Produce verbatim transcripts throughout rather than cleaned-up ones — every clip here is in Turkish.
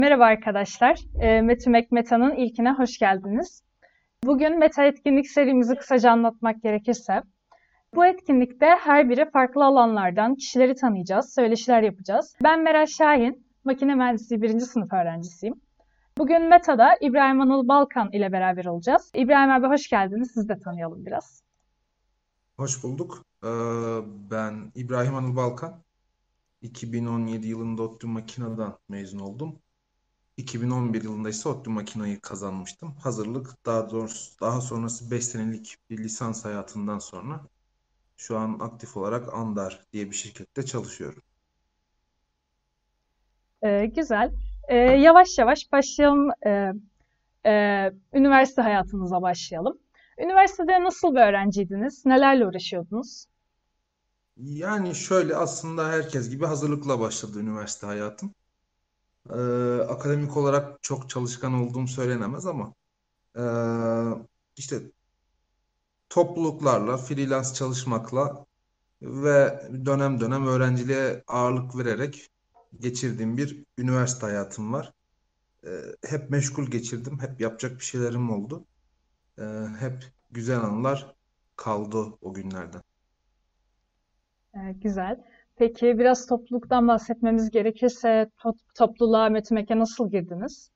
Merhaba arkadaşlar. E, Metümek Meta'nın ilkine hoş geldiniz. Bugün Meta etkinlik serimizi kısaca anlatmak gerekirse, bu etkinlikte her biri farklı alanlardan kişileri tanıyacağız, söyleşiler yapacağız. Ben Meral Şahin, makine mühendisliği birinci sınıf öğrencisiyim. Bugün Meta'da İbrahim Anıl Balkan ile beraber olacağız. İbrahim abi hoş geldiniz, sizi de tanıyalım biraz. Hoş bulduk. Ee, ben İbrahim Anıl Balkan. iki bin on yedi yılında ODTÜ Makina'dan mezun oldum. iki bin on bir yılında ise ODTÜ Makina'yı kazanmıştım. Hazırlık, daha doğrusu daha sonrası beş senelik bir lisans hayatından sonra şu an aktif olarak Andar diye bir şirkette çalışıyorum. E, güzel. E, yavaş yavaş başlayalım. E, e, üniversite hayatınıza başlayalım. Üniversitede nasıl bir öğrenciydiniz? Nelerle uğraşıyordunuz? Yani şöyle, aslında herkes gibi hazırlıkla başladı üniversite hayatım. Ee, Akademik olarak çok çalışkan olduğum söylenemez ama ee, işte topluluklarla, freelance çalışmakla ve dönem dönem öğrenciliğe ağırlık vererek geçirdiğim bir üniversite hayatım var. Ee, hep meşgul geçirdim, hep yapacak bir şeylerim oldu. Ee, hep güzel anılar kaldı o günlerden. Ee, güzel. Peki biraz topluluktan bahsetmemiz gerekirse to- topluluğa, Metümek'e nasıl girdiniz?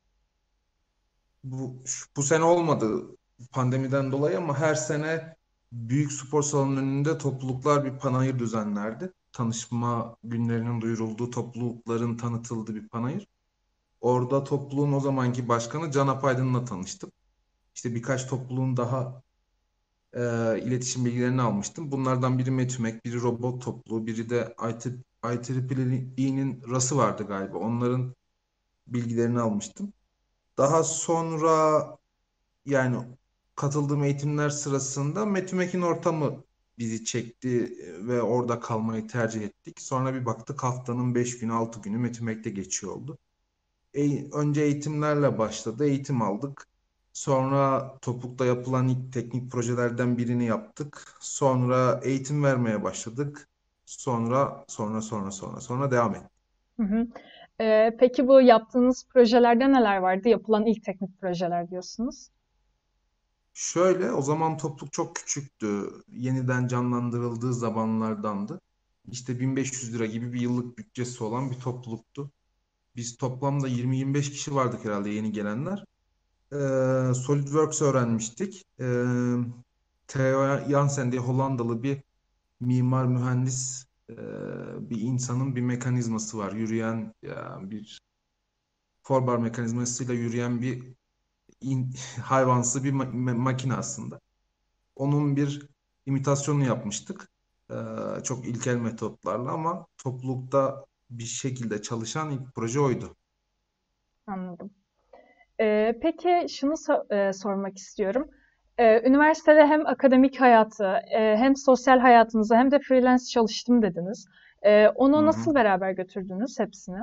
Bu, bu sene olmadı pandemiden dolayı ama her sene büyük spor salonunun önünde topluluklar bir panayır düzenlerdi. Tanışma günlerinin duyurulduğu, toplulukların tanıtıldığı bir panayır. Orada topluluğun o zamanki başkanı Can Apaydın'la tanıştım. İşte birkaç topluluğun daha e, iletişim bilgilerini almıştım. Bunlardan biri Metümek, biri robot topluluğu, biri de I T, I T E'nin RAS'ı vardı galiba. Onların bilgilerini almıştım. Daha sonra, yani katıldığım eğitimler sırasında Metümek'in ortamı bizi çekti ve orada kalmayı tercih ettik. Sonra bir baktık haftanın beş günü, altı günü Metümek'te geçiyor oldu. E- önce eğitimlerle başladı. Eğitim aldık. Sonra toplulukta yapılan ilk teknik projelerden birini yaptık. Sonra eğitim vermeye başladık. Sonra, sonra, sonra, sonra, sonra devam ettik. Hı hı. Ee, peki bu yaptığınız projelerde neler vardı? Yapılan ilk teknik projeler diyorsunuz. Şöyle, o zaman topluluk çok küçüktü. Yeniden canlandırıldığı zamanlardandı. İşte bin beş yüz lira gibi bir yıllık bütçesi olan bir topluluktu. Biz toplamda yirmi yirmi beş kişi vardık herhalde, yeni gelenler. Ee, SolidWorks öğrenmiştik. Ee, Theo Jansen diye Hollandalı bir mimar mühendis, e, bir insanın bir mekanizması var. Yürüyen, ya, bir forbar mekanizmasıyla yürüyen bir in- hayvansı bir ma- ma- makine aslında. Onun bir imitasyonunu yapmıştık. Ee, çok ilkel metotlarla ama toplulukta bir şekilde çalışan ilk proje oydu. Anladım. Ee, peki şunu so- e, sormak istiyorum. Ee, üniversitede hem akademik hayatı, e, hem sosyal hayatınızı hem de freelance çalıştım dediniz. Ee, Hı onu hı. nasıl beraber götürdünüz hepsini?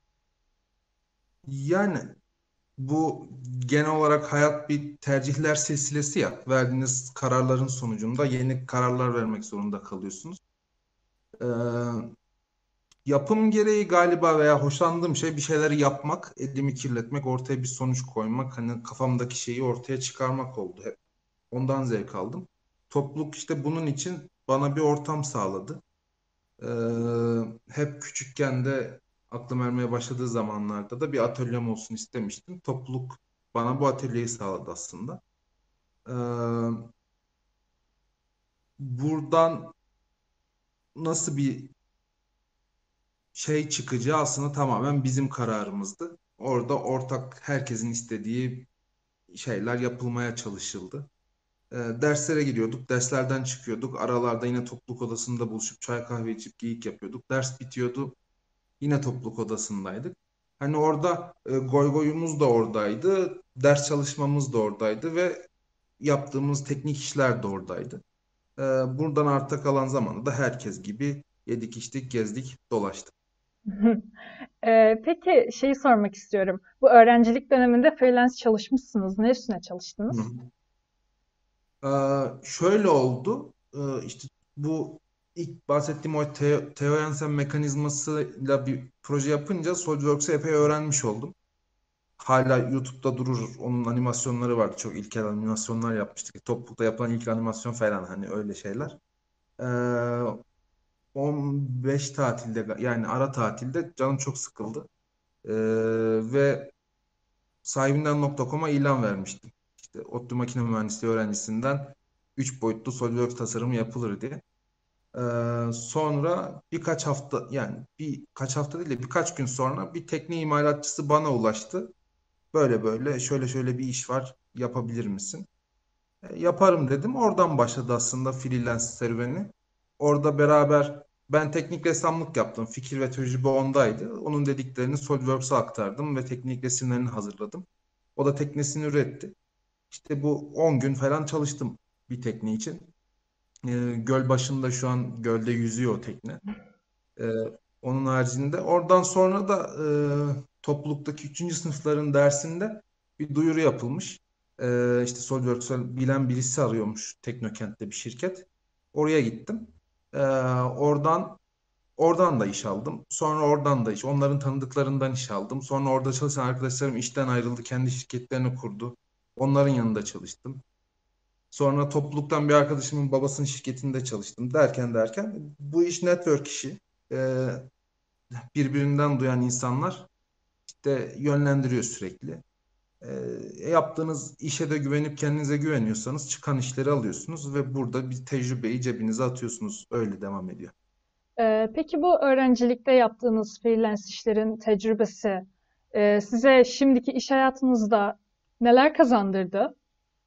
Yani bu genel olarak hayat bir tercihler silsilesi ya. Verdiğiniz kararların sonucunda yeni kararlar vermek zorunda kalıyorsunuz. Ee, Yapım gereği galiba, veya hoşlandığım şey bir şeyleri yapmak, elimi kirletmek, ortaya bir sonuç koymak, hani kafamdaki şeyi ortaya çıkarmak oldu hep. Ondan zevk aldım. Topluluk işte bunun için bana bir ortam sağladı. Ee, hep küçükken de aklım ermeye başladığı zamanlarda da bir atölyem olsun istemiştim. Topluluk bana bu atölyeyi sağladı aslında. Ee, Buradan nasıl bir şey çıkacağı aslında tamamen bizim kararımızdı. Orada ortak, herkesin istediği şeyler yapılmaya çalışıldı. Ee, derslere giriyorduk, derslerden çıkıyorduk. Aralarda yine topluluk odasında buluşup çay kahve içip geyik yapıyorduk. Ders bitiyordu, yine topluluk odasındaydık. Hani orada e, goy goyumuz da oradaydı, ders çalışmamız da oradaydı ve yaptığımız teknik işler de oradaydı. Ee, buradan arta kalan zamanı da herkes gibi yedik, içtik, gezdik, dolaştık. Ee, peki şeyi sormak istiyorum. Bu öğrencilik döneminde freelance çalışmışsınız. Ne üstüne Hı. çalıştınız? Ee, şöyle oldu. Ee, işte bu ilk bahsettiğim o Theo, Theo Jansen mekanizmasıyla bir proje yapınca SolidWorks'ı epey öğrenmiş oldum. Hala YouTube'da durur. Onun animasyonları vardı. Çok ilkel animasyonlar yapmıştık. Toplulukta yapılan ilk animasyon falan, hani öyle şeyler. Ee, on beş tatilde, yani ara tatilde canım çok sıkıldı. Ee, ve sahibinden nokta com'a ilan vermiştim. İşte ODTÜ Makine Mühendisliği öğrencisinden üç boyutlu SolidWorks tasarımı yapılır diye. Ee, sonra birkaç hafta, yani birkaç hafta değil de birkaç gün sonra bir tekne imalatçısı bana ulaştı. Böyle böyle şöyle şöyle bir iş var, yapabilir misin? E, yaparım dedim. Oradan başladı aslında freelance serüveni. Orada beraber ben teknik ressamlık yaptım. Fikir ve tecrübe ondaydı. Onun dediklerini SolidWorks'a aktardım ve teknik resimlerini hazırladım. O da teknesini üretti. İşte bu on gün falan çalıştım bir tekne için. E, göl başında, şu an gölde yüzüyor o tekne. Ee, onun haricinde oradan sonra da e, topluluktaki üçüncü sınıfların dersinde bir duyuru yapılmış. Ee, işte SolidWorks'ı bilen birisi arıyormuş Teknokent'te bir şirket. Oraya gittim. Ee, oradan oradan da iş aldım. Sonra oradan da iş, onların tanıdıklarından iş aldım. Sonra orada çalışan arkadaşlarım işten ayrıldı, kendi şirketlerini kurdu. Onların yanında çalıştım. Sonra topluluktan bir arkadaşımın babasının şirketinde çalıştım, derken derken bu iş network işi. Ee, birbirinden duyan insanlar işte yönlendiriyor sürekli. E, yaptığınız işe de güvenip kendinize güveniyorsanız çıkan işleri alıyorsunuz ve burada bir tecrübeyi cebinize atıyorsunuz. Öyle devam ediyor. Ee, peki bu öğrencilikte yaptığınız freelance işlerin tecrübesi e, size şimdiki iş hayatınızda neler kazandırdı?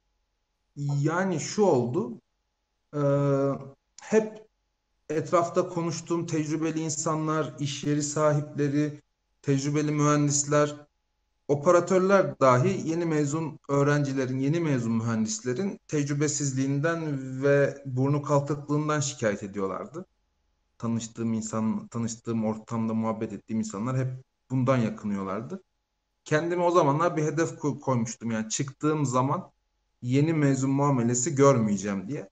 Yani şu oldu. e, hep etrafta konuştuğum tecrübeli insanlar, iş yeri sahipleri, tecrübeli mühendisler, operatörler dahi yeni mezun öğrencilerin, yeni mezun mühendislerin tecrübesizliğinden ve burnu kalkıklığından şikayet ediyorlardı. Tanıştığım insan, tanıştığım ortamda muhabbet ettiğim insanlar hep bundan yakınıyorlardı. Kendime o zamanlar bir hedef ko- koymuştum. Yani çıktığım zaman yeni mezun muamelesi görmeyeceğim diye.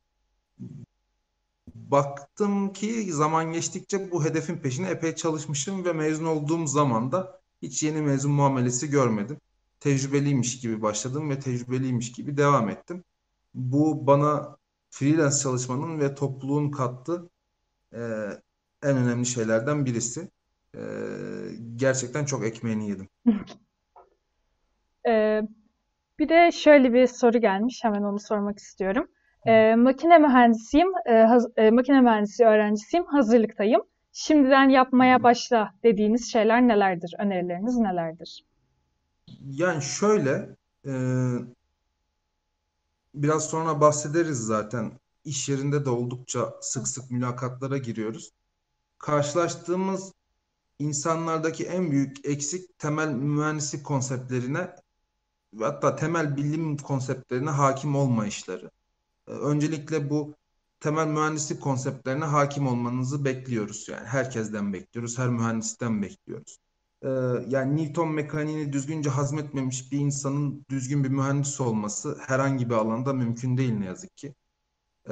Baktım ki zaman geçtikçe bu hedefin peşine epey çalışmışım ve mezun olduğum zaman da hiç yeni mezun muamelesi görmedim. Tecrübeliymiş gibi başladım ve tecrübeliymiş gibi devam ettim. Bu bana freelance çalışmanın ve topluluğun kattığı e, en önemli şeylerden birisi. E, gerçekten çok ekmeğini yedim. Ee, Bir de şöyle bir soru gelmiş, hemen onu sormak istiyorum. Ee, makine mühendisiyim, e, haz- e, makine mühendisi öğrencisiyim, hazırlıktayım. Şimdiden yapmaya başla dediğiniz şeyler nelerdir? Önerileriniz nelerdir? Yani şöyle, e, biraz sonra bahsederiz zaten. İş yerinde de oldukça sık sık mülakatlara giriyoruz. Karşılaştığımız insanlardaki en büyük eksik temel mühendislik konseptlerine ve hatta temel bilim konseptlerine hakim olmayışları. Ee, Öncelikle bu temel mühendislik konseptlerine hakim olmanızı bekliyoruz. Yani herkesten bekliyoruz, her mühendisten bekliyoruz. Ee, yani Newton mekaniğini düzgünce hazmetmemiş bir insanın düzgün bir mühendis olması herhangi bir alanda mümkün değil, ne yazık ki. Ee,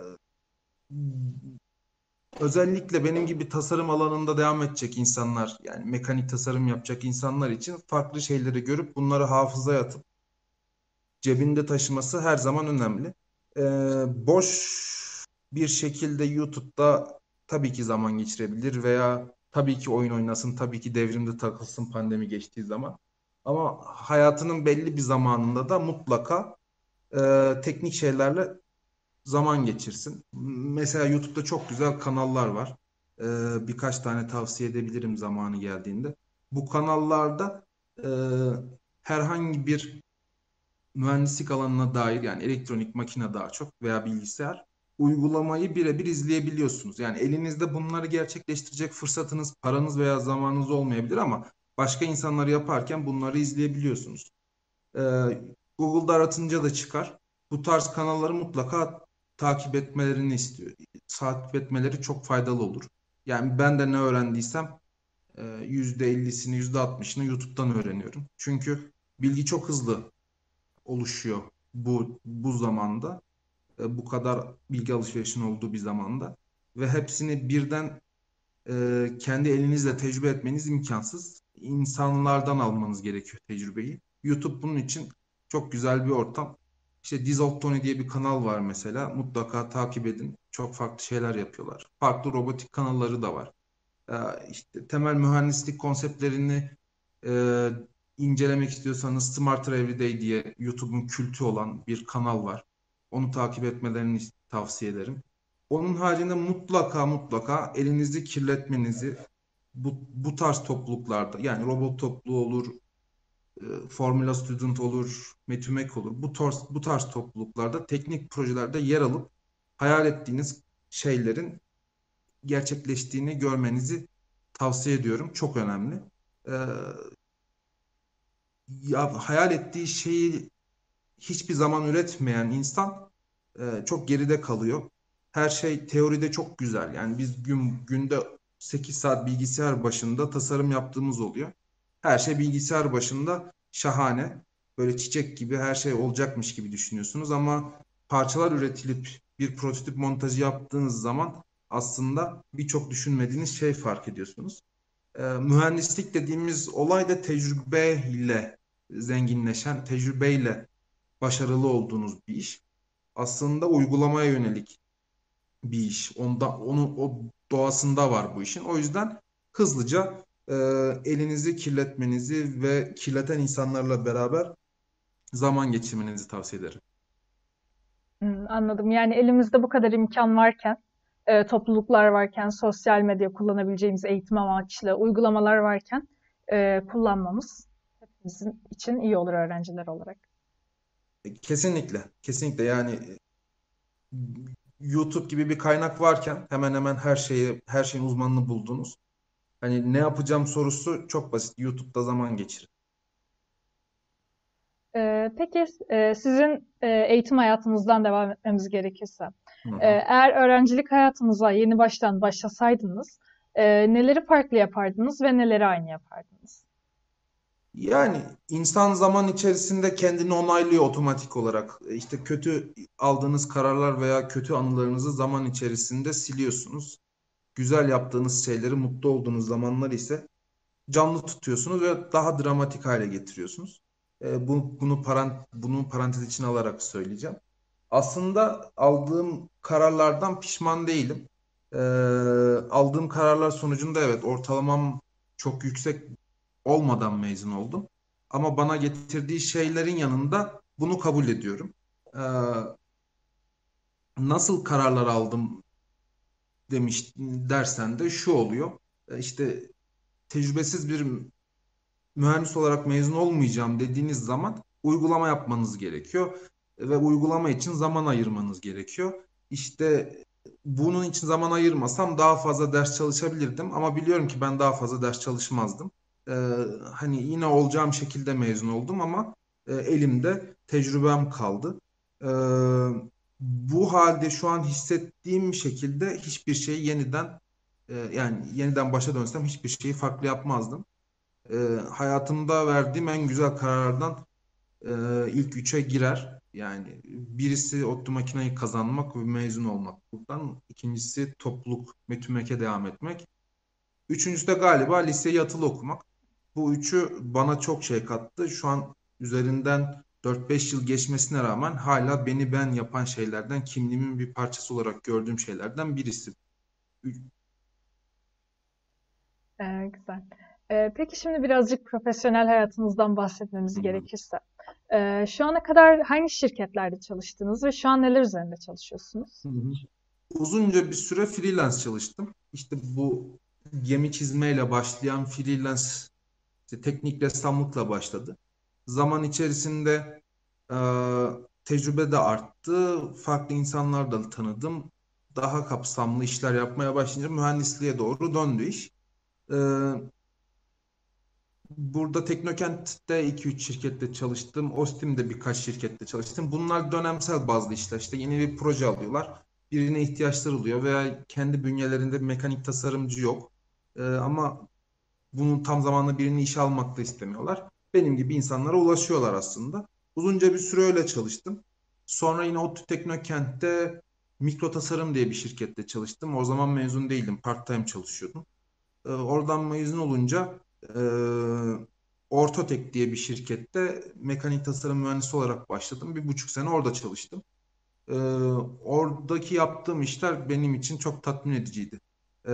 Özellikle benim gibi tasarım alanında devam edecek insanlar, yani mekanik tasarım yapacak insanlar için farklı şeyleri görüp bunları hafızaya atıp cebinde taşıması her zaman önemli. Ee, boş bir şekilde YouTube'da tabii ki zaman geçirebilir veya tabii ki oyun oynasın, tabii ki devrimde takılsın pandemi geçtiği zaman. Ama hayatının belli bir zamanında da mutlaka e, teknik şeylerle zaman geçirsin. Mesela YouTube'da çok güzel kanallar var. Ee, birkaç tane tavsiye edebilirim zamanı geldiğinde. Bu kanallarda e, herhangi bir mühendislik alanına dair, yani elektronik, makine daha çok veya bilgisayar uygulamayı birebir izleyebiliyorsunuz. Yani elinizde bunları gerçekleştirecek fırsatınız, paranız veya zamanınız olmayabilir ama başka insanlar yaparken bunları izleyebiliyorsunuz. Ee, Google'da aratınca da çıkar. Bu tarz kanalları mutlaka takip etmelerini istiyor. Takip etmeleri çok faydalı olur. Yani ben de ne öğrendiysem e, yüzde ellisini, yüzde altmışını YouTube'dan öğreniyorum. Çünkü bilgi çok hızlı oluşuyor bu bu zamanda. E, bu kadar bilgi alışverişinin olduğu bir zamanda. ve hepsini birden e, kendi elinizle tecrübe etmeniz imkansız. İnsanlardan almanız gerekiyor tecrübeyi. YouTube bunun için çok güzel bir ortam. İşte Dissolve Tony diye bir kanal var mesela. Mutlaka takip edin. Çok farklı şeyler yapıyorlar. Farklı robotik kanalları da var. Ee, işte temel mühendislik konseptlerini e, incelemek istiyorsanız Smarter Everyday diye YouTube'un kültü olan bir kanal var. Onu takip etmelerini tavsiye ederim. Onun haricinde mutlaka mutlaka elinizi kirletmenizi bu, bu tarz topluluklarda, yani robot topluluğu olur, e, Formula Student olur, Metümek olur. Bu tarz, bu tarz topluluklarda, teknik projelerde yer alıp hayal ettiğiniz şeylerin gerçekleştiğini görmenizi tavsiye ediyorum. Çok önemli. Ee, ya hayal ettiği şeyi hiçbir zaman üretmeyen insan e, çok geride kalıyor. Her şey teoride çok güzel. Yani biz gün günde sekiz saat bilgisayar başında tasarım yaptığımız oluyor. Her şey bilgisayar başında şahane. Böyle çiçek gibi her şey olacakmış gibi düşünüyorsunuz ama parçalar üretilip bir prototip montajı yaptığınız zaman aslında birçok düşünmediğiniz şey fark ediyorsunuz. E, mühendislik dediğimiz olay da tecrübeyle zenginleşen, tecrübeyle başarılı olduğunuz bir iş. Aslında uygulamaya yönelik bir iş. Onda onu o doğasında var bu işin. O yüzden hızlıca e, elinizi kirletmenizi ve kirleten insanlarla beraber zaman geçirmenizi tavsiye ederim. Hmm, anladım. Yani elimizde bu kadar imkan varken, e, topluluklar varken, sosyal medya kullanabileceğimiz eğitim amaçlı uygulamalar varken e, kullanmamız hepimizin için iyi olur öğrenciler olarak. E, Kesinlikle, kesinlikle yani e, YouTube gibi bir kaynak varken hemen hemen her şeyi, her şeyin uzmanını buldunuz. Hani ne yapacağım sorusu çok basit. YouTube'da zaman geçirin. E, peki e, sizin e, eğitim hayatınızdan devam etmemiz gerekirse, Hı e, hı. eğer öğrencilik hayatınıza yeni baştan başlasaydınız, e, neleri farklı yapardınız ve neleri aynı yapardınız? Yani insan zaman içerisinde kendini onaylıyor otomatik olarak. E, İşte kötü aldığınız kararlar veya kötü anılarınızı zaman içerisinde siliyorsunuz. Güzel yaptığınız şeyleri, mutlu olduğunuz zamanlar ise canlı tutuyorsunuz ve daha dramatik hale getiriyorsunuz. E, bu, bunu parant bunu parantez içine alarak söyleyeceğim. Aslında aldığım kararlardan pişman değilim. E, aldığım kararlar sonucunda evet ortalamam çok yüksek olmadan mezun oldum. Ama bana getirdiği şeylerin yanında bunu kabul ediyorum. Ee, nasıl kararlar aldım demiş dersen de şu oluyor. Ee, İşte tecrübesiz bir mühendis olarak mezun olmayacağım dediğiniz zaman uygulama yapmanız gerekiyor ve uygulama için zaman ayırmanız gerekiyor. İşte bunun için zaman ayırmasam daha fazla ders çalışabilirdim ama biliyorum ki ben daha fazla ders çalışmazdım. Ee, hani yine olacağım şekilde mezun oldum ama e, elimde tecrübem kaldı. Ee, bu halde şu an hissettiğim şekilde hiçbir şeyi yeniden e, yani yeniden başa dönsem hiçbir şeyi farklı yapmazdım. E, hayatımda verdiğim en güzel kararlardan e, ilk üçe girer. Yani birisi ODTÜ makinayı kazanmak ve mezun olmak buradan. İkincisi topluluk, METÜMEK'e devam etmek. Üçüncüsü de galiba liseye yatılı okumak. Bu üçü bana çok şey kattı. Şu an üzerinden dört beş yıl geçmesine rağmen hala beni ben yapan şeylerden, kimliğimin bir parçası olarak gördüğüm şeylerden birisi. Ee, güzel. Ee, peki şimdi birazcık profesyonel hayatınızdan bahsetmemiz Hı hı. gerekirse. Ee, şu ana kadar hangi şirketlerde çalıştınız ve şu an neler üzerinde çalışıyorsunuz? Hı hı. Uzunca bir süre freelance çalıştım. İşte bu gemi çizmeyle başlayan freelance işte teknik ressamlıkla başladı. Zaman içerisinde e, tecrübe de arttı. Farklı insanlar da tanıdım. Daha kapsamlı işler yapmaya başlayınca mühendisliğe doğru döndü iş. E, burada Teknokent'te iki üç şirkette çalıştım. Ostim'de birkaç şirkette çalıştım. Bunlar dönemsel bazlı işler. İşte yeni bir proje alıyorlar. Birine ihtiyaçları oluyor veya kendi bünyelerinde bir mekanik tasarımcı yok. Ee, ama bunun tam zamanlı birini işe almak da istemiyorlar. Benim gibi insanlara ulaşıyorlar aslında. Uzunca bir süre öyle çalıştım. Sonra yine ODTÜ Teknokent'te Mikro Tasarım diye bir şirkette çalıştım. O zaman mezun değildim. Part-time çalışıyordum. Ee, oradan mezun olunca e, Ortotek diye bir şirkette mekanik tasarım mühendisi olarak başladım. Bir buçuk sene orada çalıştım. Ee, oradaki yaptığım işler benim için çok tatmin ediciydi. Ee,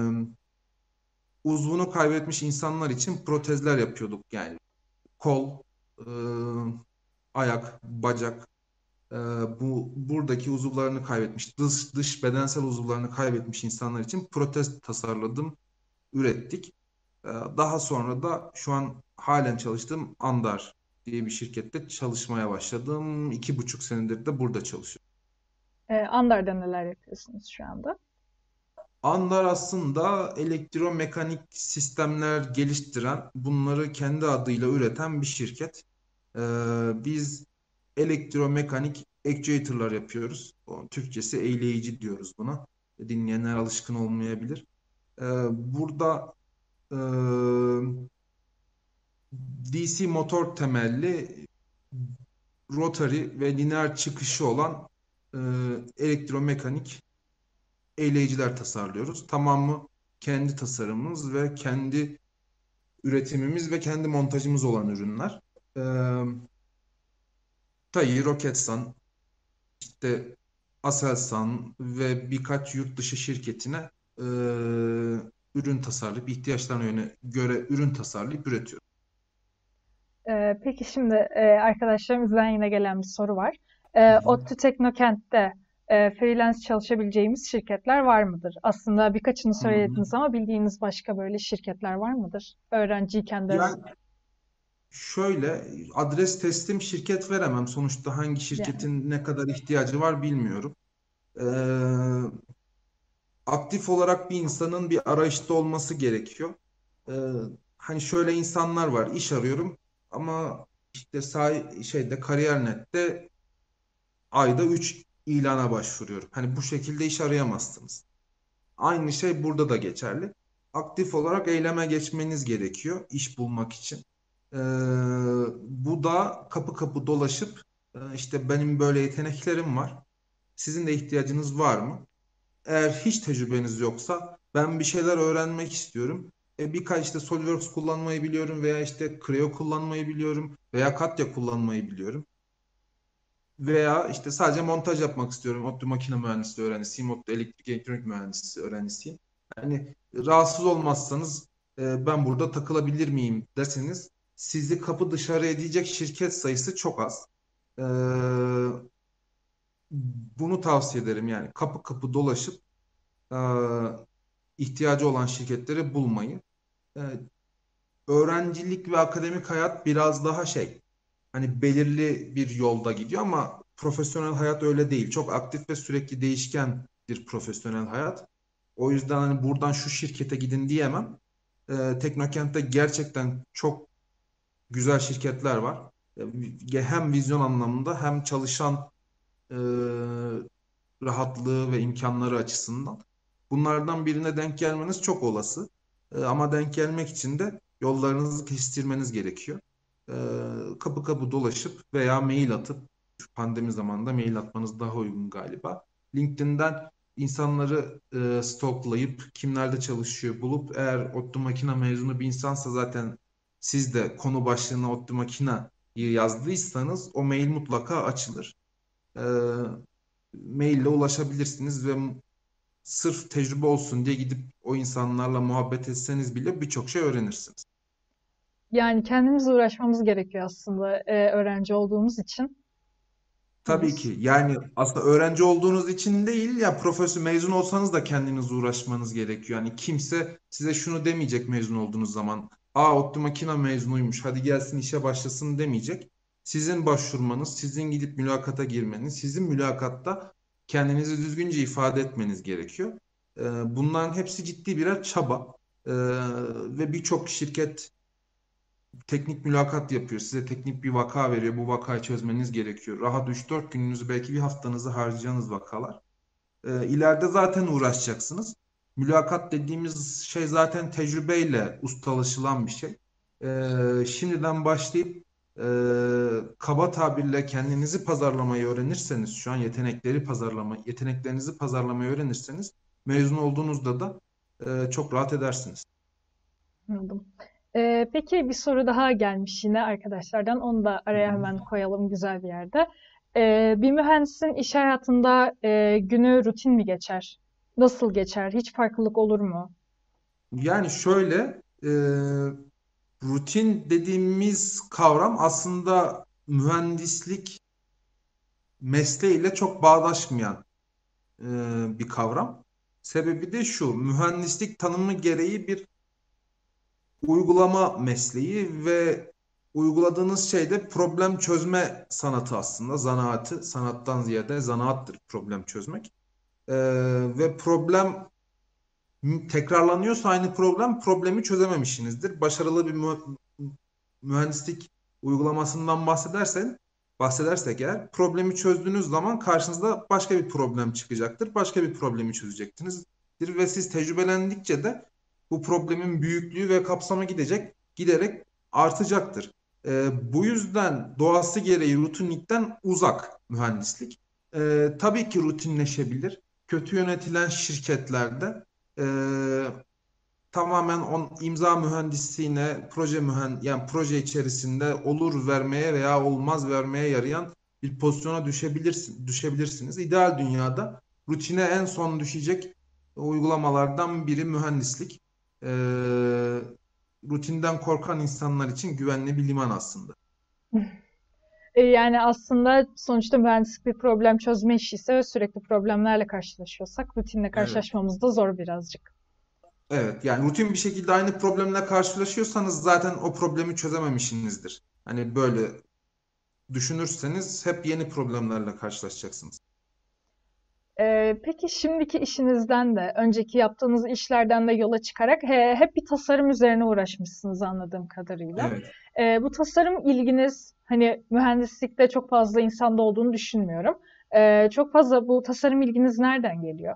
uzvunu kaybetmiş insanlar için protezler yapıyorduk. Yani kol, e, ayak, bacak, e, bu buradaki uzuvlarını kaybetmiş, dış, dış bedensel uzuvlarını kaybetmiş insanlar için protez tasarladım, ürettik. E, daha sonra da şu an halen çalıştığım Andar diye bir şirkette çalışmaya başladım. İki buçuk senedir de burada çalışıyorum. E, Andar'da neler yapıyorsunuz şu anda? Andar aslında elektromekanik sistemler geliştiren, bunları kendi adıyla üreten bir şirket. Ee, biz elektromekanik actuator'lar yapıyoruz. O, Türkçesi eğleyici diyoruz buna. Dinleyenler alışkın olmayabilir. Ee, burada e, D C motor temelli rotary ve lineer çıkışı olan e, elektromekanik eğleyiciler tasarlıyoruz. Tamamı kendi tasarımımız ve kendi üretimimiz ve kendi montajımız olan ürünler. Ee, TAI, Roketsan, işte Aselsan ve birkaç yurt dışı şirketine e, ürün tasarlayıp ihtiyaçlarına yöne göre ürün tasarlayıp üretiyoruz. E, peki şimdi e, arkadaşlarımızdan yine gelen bir soru var. Hı E, hı. ODTÜ Teknokent'te e, freelance çalışabileceğimiz şirketler var mıdır? Aslında birkaçını Hı hı. söylediniz ama bildiğiniz başka böyle şirketler var mıdır? Öğrenciyken de Yani şöyle, adres teslim şirket veremem. Sonuçta hangi yani. şirketin ne kadar ihtiyacı var bilmiyorum. Ee, aktif olarak bir insanın bir arayışta olması gerekiyor. Ee, hani şöyle insanlar var, iş arıyorum ama işte say şeyde Kariyer.net'te ayda üç ilana başvuruyorum. Hani bu şekilde iş arayamazsınız. Aynı şey burada da geçerli. Aktif olarak eyleme geçmeniz gerekiyor iş bulmak için. Ee, bu da kapı kapı dolaşıp e, işte benim böyle yeteneklerim var. Sizin de ihtiyacınız var mı? Eğer hiç tecrübeniz yoksa ben bir şeyler öğrenmek istiyorum. E, birkaç işte SolidWorks kullanmayı biliyorum veya işte Creo kullanmayı biliyorum veya Katya kullanmayı biliyorum. Veya işte sadece montaj yapmak istiyorum. ODTÜ makine mühendisliği öğrencisiyim. ODTÜ elektrik elektronik mühendisliği öğrencisiyim. Yani rahatsız olmazsanız e, ben burada takılabilir miyim deseniz sizi kapı dışarı edecek şirket sayısı çok az. E, bunu tavsiye ederim yani kapı kapı dolaşıp e, ihtiyacı olan şirketleri bulmayı. E, öğrencilik ve akademik hayat biraz daha şey, hani belirli bir yolda gidiyor ama profesyonel hayat öyle değil. Çok aktif ve sürekli değişken bir profesyonel hayat. O yüzden hani buradan şu şirkete gidin diyemem. Ee, Teknokent'te gerçekten çok güzel şirketler var. Ee, Hem vizyon anlamında hem çalışan e, rahatlığı ve imkanları açısından. Bunlardan birine denk gelmeniz çok olası. Ee, ama denk gelmek için de yollarınızı kestirmeniz gerekiyor. Ee, kapı kapı dolaşıp veya mail atıp, şu pandemi zamanında mail atmanız daha uygun galiba. LinkedIn'den insanları e, stalklayıp kimlerde çalışıyor bulup, eğer ODTÜ makina mezunu bir insansa zaten siz de konu başlığına ODTÜ makina yazdıysanız o mail mutlaka açılır. Ee, maille ulaşabilirsiniz ve sırf tecrübe olsun diye gidip o insanlarla muhabbet etseniz bile birçok şey öğrenirsiniz. Yani kendimizle uğraşmamız gerekiyor aslında e, öğrenci olduğumuz için Tabii henüz. ki yani aslında öğrenci olduğunuz için değil ya, profesör mezun olsanız da kendiniz uğraşmanız gerekiyor. Yani kimse size şunu demeyecek mezun olduğunuz zaman. Aa, ODTÜ makina mezunuymuş, hadi gelsin işe başlasın demeyecek. Sizin başvurmanız, sizin gidip mülakata girmeniz, sizin mülakatta kendinizi düzgünce ifade etmeniz gerekiyor. Ee, bunların hepsi ciddi birer çaba. Ee, ve birçok şirket teknik mülakat yapıyor. Size teknik bir vaka veriyor. Bu vakayı çözmeniz gerekiyor. Rahat üç dört gününüzü, belki bir haftanızı harcayacağınız vakalar. Ee, ileride zaten uğraşacaksınız. Mülakat dediğimiz şey zaten tecrübeyle ustalaşılan bir şey. Ee, şimdiden başlayıp e, kaba tabirle kendinizi pazarlamayı öğrenirseniz, şu an yetenekleri pazarlama, yeteneklerinizi pazarlamayı öğrenirseniz mezun olduğunuzda da e, çok rahat edersiniz. Anladım. Ee, peki bir soru daha gelmiş yine arkadaşlardan. Onu da Hı araya hı. hemen koyalım güzel bir yerde. Ee, bir mühendisin iş hayatında e, günü rutin mi geçer? Nasıl geçer? Hiç farklılık olur mu? Yani şöyle, e, rutin dediğimiz kavram aslında mühendislik mesleğiyle çok bağdaşmayan e, bir kavram. Sebebi de şu, mühendislik tanımı gereği bir uygulama mesleği ve uyguladığınız şey de problem çözme sanatı aslında, zanaatı, sanattan ziyade zanaattır problem çözmek. E, ve problem tekrarlanıyorsa aynı problem, problemi çözememişsinizdir. Başarılı bir mü- mühendislik uygulamasından bahsedersen, bahsedersek eğer, problemi çözdüğünüz zaman karşınızda başka bir problem çıkacaktır. Başka bir problemi çözeceksinizdir ve siz tecrübelendikçe de bu problemin büyüklüğü ve kapsamı gidecek, giderek artacaktır. Ee, bu yüzden doğası gereği rutinlikten uzak mühendislik. Ee, tabii ki rutinleşebilir. Kötü yönetilen şirketlerde e, tamamen on imza mühendisliğine, proje mühend yani proje içerisinde olur vermeye veya olmaz vermeye yarayan bir pozisyona düşebilirsin, düşebilirsiniz. İdeal dünyada rutine en son düşecek uygulamalardan biri mühendislik. Ee, rutinden korkan insanlar için güvenli bir liman aslında. E, Yani aslında sonuçta mühendislik bir problem çözme işi ise ve sürekli problemlerle karşılaşıyorsak rutinle Evet. karşılaşmamız da zor birazcık. Evet, yani rutin bir şekilde aynı problemle karşılaşıyorsanız zaten o problemi çözememişsinizdir. Hani böyle düşünürseniz hep yeni problemlerle karşılaşacaksınız. Ee, peki şimdiki işinizden de, önceki yaptığınız işlerden de yola çıkarak he- hep bir tasarım üzerine uğraşmışsınız anladığım kadarıyla. Evet. Ee, bu tasarım ilginiz, hani mühendislikte çok fazla insanda olduğunu düşünmüyorum. Ee, çok fazla bu tasarım ilginiz nereden geliyor?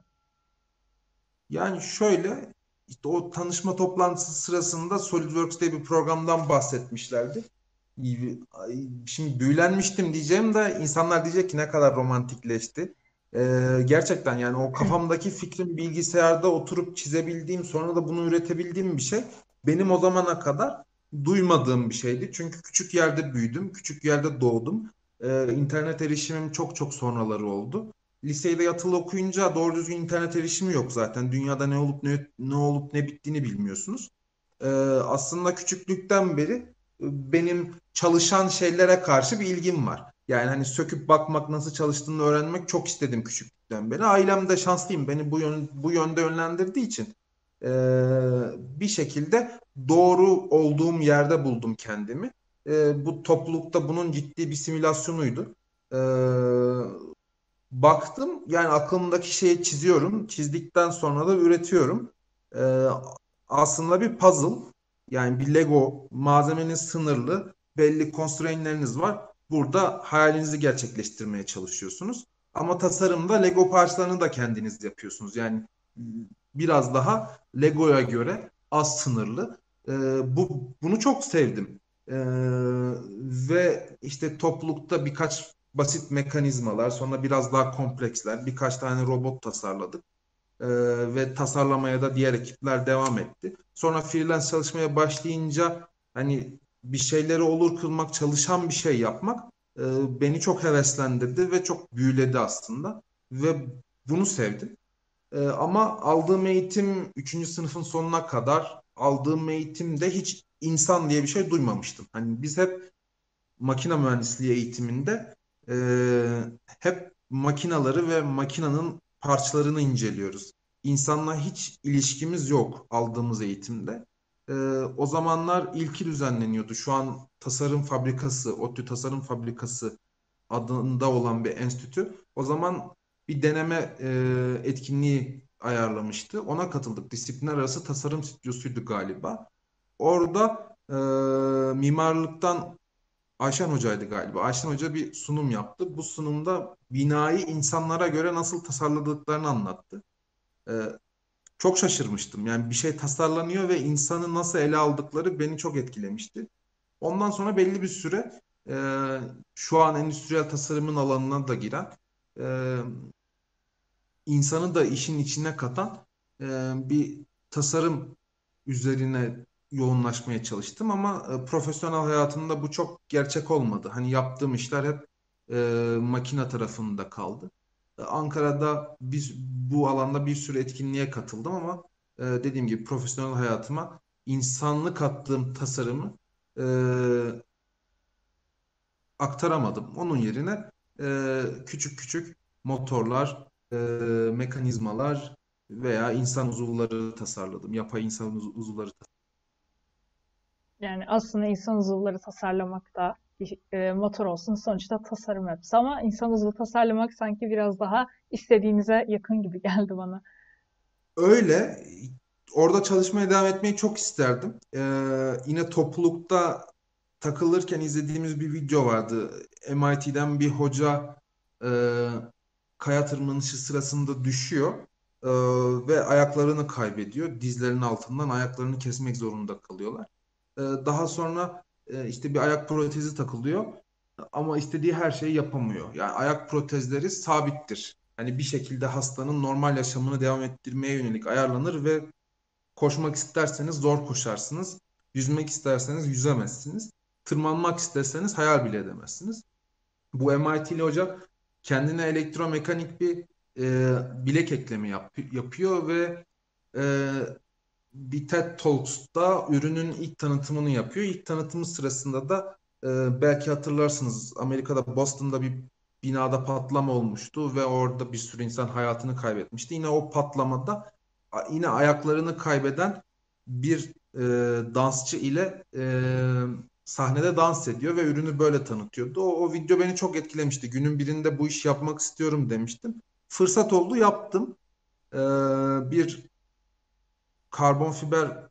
Yani şöyle, işte o tanışma toplantısı sırasında SolidWorks diye bir programdan bahsetmişlerdi. Ay, Şimdi büyülenmiştim diyeceğim de insanlar diyecek ki ne kadar romantikleşti. Ee, gerçekten yani o kafamdaki fikrin bilgisayarda oturup çizebildiğim, sonra da bunu üretebildiğim bir şey benim o zamana kadar duymadığım bir şeydi. Çünkü küçük yerde büyüdüm, küçük yerde doğdum. Ee, internet erişimim çok çok sonraları oldu. Lisede yatılı okuyunca doğru düzgün internet erişimi yok zaten. Dünyada ne olup ne, ne olup ne bittiğini bilmiyorsunuz. Ee, aslında küçüklükten beri e, benim çalışan şeylere karşı bir ilgim var. Yani hani söküp bakmak, nasıl çalıştığını öğrenmek çok istedim küçüklükten beri. Ailem de şanslıyım. Beni bu yön, bu yönde yönlendirdiği için e, bir şekilde doğru olduğum yerde buldum kendimi. E, bu toplulukta bunun ciddi bir simülasyonuydu. E, Baktım yani aklımdaki şeyi çiziyorum. Çizdikten sonra da üretiyorum. Ee, aslında bir puzzle. Yani bir Lego, malzemeniz sınırlı. Belli constraint'leriniz var. Burada hayalinizi gerçekleştirmeye çalışıyorsunuz. Ama tasarımda Lego parçalarını da kendiniz yapıyorsunuz. Yani biraz daha Lego'ya göre az sınırlı. Ee, bu bunu çok sevdim. Ee, ve işte toplulukta birkaç basit mekanizmalar, sonra biraz daha kompleksler, birkaç tane robot tasarladık. Ee, ve tasarlamaya da diğer ekipler devam etti. Sonra freelance çalışmaya başlayınca hani bir şeyleri olur kılmak, çalışan bir şey yapmak e, beni çok heveslendirdi ve çok büyüledi aslında. Ve bunu sevdim. Ee, ama aldığım eğitim üçüncü sınıfın sonuna kadar aldığım eğitimde hiç insan diye bir şey duymamıştım. Hani biz hep makine mühendisliği eğitiminde e, hep makinaları ve makinanın parçalarını inceliyoruz. İnsanla hiç ilişkimiz yok aldığımız eğitimde. E, o zamanlar ilki düzenleniyordu. Şu an Tasarım Fabrikası, ODTÜ Tasarım Fabrikası adında olan bir enstitü. O zaman bir deneme e, etkinliği ayarlamıştı. Ona katıldık. Disiplinler arası tasarım stüdyosuydu galiba. Orada e, mimarlıktan Ayşen Hoca'ydı galiba. Ayşen Hoca bir sunum yaptı. Bu sunumda binayı insanlara göre nasıl tasarladıklarını anlattı. Ee, çok şaşırmıştım. Yani bir şey tasarlanıyor ve insanı nasıl ele aldıkları beni çok etkilemişti. Ondan sonra belli bir süre e, şu an endüstriyel tasarımın alanına da giren, e, insanı da işin içine katan e, bir tasarım üzerine yoğunlaşmaya çalıştım ama e, profesyonel hayatımda bu çok gerçek olmadı. Hani yaptığım işler hep e, makine tarafında kaldı. E, Ankara'da biz bu alanda bir sürü etkinliğe katıldım ama e, dediğim gibi profesyonel hayatıma insanlık kattığım tasarımı e, aktaramadım. Onun yerine e, küçük küçük motorlar, e, mekanizmalar veya insan uzuvları tasarladım. Yapay insan uz- uzuvları tasarladım. Yani aslında insan uzuvları tasarlamak da bir e, motor olsun sonuçta tasarım hepsi ama insan uzvu tasarlamak sanki biraz daha istediğinize yakın gibi geldi bana. Öyle orada çalışmaya devam etmeyi çok isterdim. E, yine toplulukta takılırken izlediğimiz bir video vardı. M I T'den bir hoca e, kaya tırmanışı sırasında düşüyor e, ve ayaklarını kaybediyor. Dizlerinin altından ayaklarını kesmek zorunda kalıyorlar. E, daha sonra e, işte bir ayak protezi takılıyor ama istediği her şeyi yapamıyor. Yani ayak protezleri sabittir. Hani bir şekilde hastanın normal yaşamını devam ettirmeye yönelik ayarlanır ve koşmak isterseniz zor koşarsınız. Yüzmek isterseniz yüzemezsiniz. Tırmanmak isterseniz hayal bile edemezsiniz. Bu M I T'li hoca kendine elektromekanik bir e, bilek eklemi yap- yapıyor ve e, bir TED Talks'ta ürünün ilk tanıtımını yapıyor. İlk tanıtımı sırasında da e, belki hatırlarsınız Amerika'da Boston'da bir binada patlama olmuştu ve orada bir sürü insan hayatını kaybetmişti. Yine o patlamada a- yine ayaklarını kaybeden bir e, dansçı ile e, sahnede dans ediyor ve ürünü böyle tanıtıyordu. O, o video beni çok etkilemişti. Günün birinde bu işi yapmak istiyorum demiştim. Fırsat oldu, yaptım. E, bir karbon fiber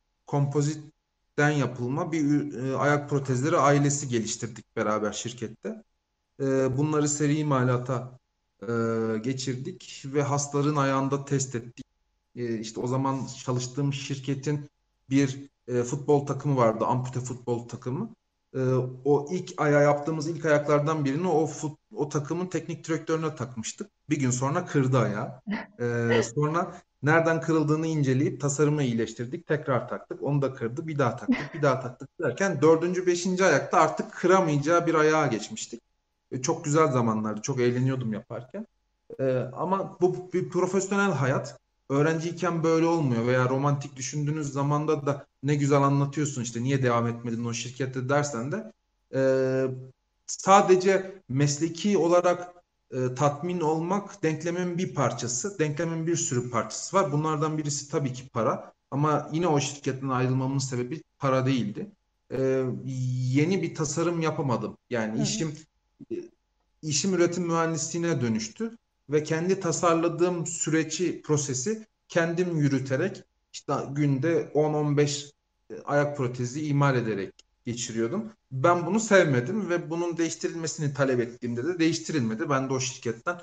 kompozitten yapılma bir e, ayak protezleri ailesi geliştirdik beraber şirkette. E, bunları seri imalata e, geçirdik ve hastaların ayağında test ettik. E, işte o zaman çalıştığım şirketin bir e, futbol takımı vardı, ampute futbol takımı. E, o ilk aya yaptığımız ilk ayaklardan birini o fut, o takımın teknik direktörüne takmıştık. Bir gün sonra kırdı ayağı. E, sonra nereden kırıldığını inceleyip tasarımı iyileştirdik. Tekrar taktık. Onu da kırdı. Bir daha taktık. Bir daha taktık derken dördüncü, beşinci ayakta artık kıramayacağı bir ayağa geçmiştik. E, çok güzel zamanlardı. Çok eğleniyordum yaparken. Ee, ama bu bir profesyonel hayat. Öğrenciyken böyle olmuyor veya romantik düşündüğünüz zamanda da ne güzel anlatıyorsun işte niye devam etmedin o şirkette dersen de e, sadece mesleki olarak e, tatmin olmak denklemin bir parçası. Denklemin bir sürü parçası var. Bunlardan birisi tabii ki para. Ama yine o şirketten ayrılmamın sebebi para değildi. E, yeni bir tasarım yapamadım. Yani Hı hı. işim işim üretim mühendisliğine dönüştü ve kendi tasarladığım süreci, prosesi kendim yürüterek işte günde on on beş ayak protezi imal ederek geçiriyordum. Ben bunu sevmedim ve bunun değiştirilmesini talep ettiğimde de değiştirilmedi. Ben de o şirketten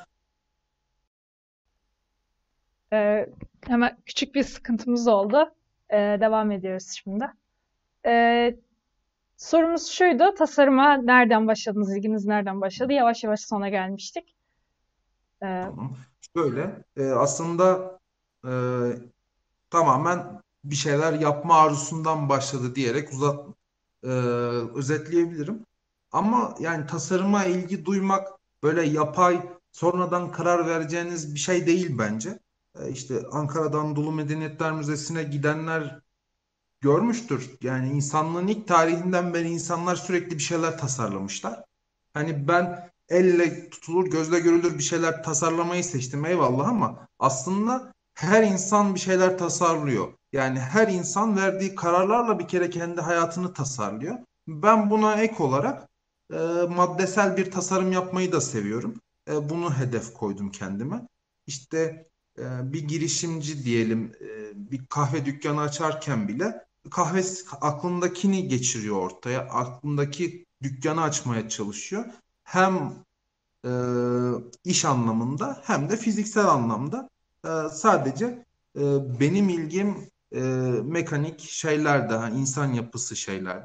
Ee, Hemen küçük bir sıkıntımız oldu. Ee, devam ediyoruz şimdi. Ee, Sorumuz şuydu, tasarıma nereden başladınız, ilginiz nereden başladı? Yavaş yavaş sona gelmiştik. Ee, tamam. Şöyle e, aslında e, tamamen bir şeyler yapma arzusundan başladı diyerek uzat e, özetleyebilirim. Ama yani tasarıma ilgi duymak böyle yapay sonradan karar vereceğiniz bir şey değil bence. E, işte Ankara'da Anadolu Medeniyetler Müzesi'ne gidenler görmüştür. Yani insanlığın ilk tarihinden beri insanlar sürekli bir şeyler tasarlamışlar. Hani ben elle tutulur, gözle görülür bir şeyler tasarlamayı seçtim eyvallah ama aslında her insan bir şeyler tasarlıyor. Yani her insan verdiği kararlarla bir kere kendi hayatını tasarlıyor. Ben buna ek olarak e, maddesel bir tasarım yapmayı da seviyorum. E, bunu hedef koydum kendime. İşte e, bir girişimci diyelim, e, bir kahve dükkanı açarken bile kahve aklındakini geçiriyor ortaya. Aklındaki dükkanı açmaya çalışıyor. Hem e, iş anlamında hem de fiziksel anlamda. E, sadece e, benim ilgim e, mekanik şeylerde, hani insan yapısı şeylerde.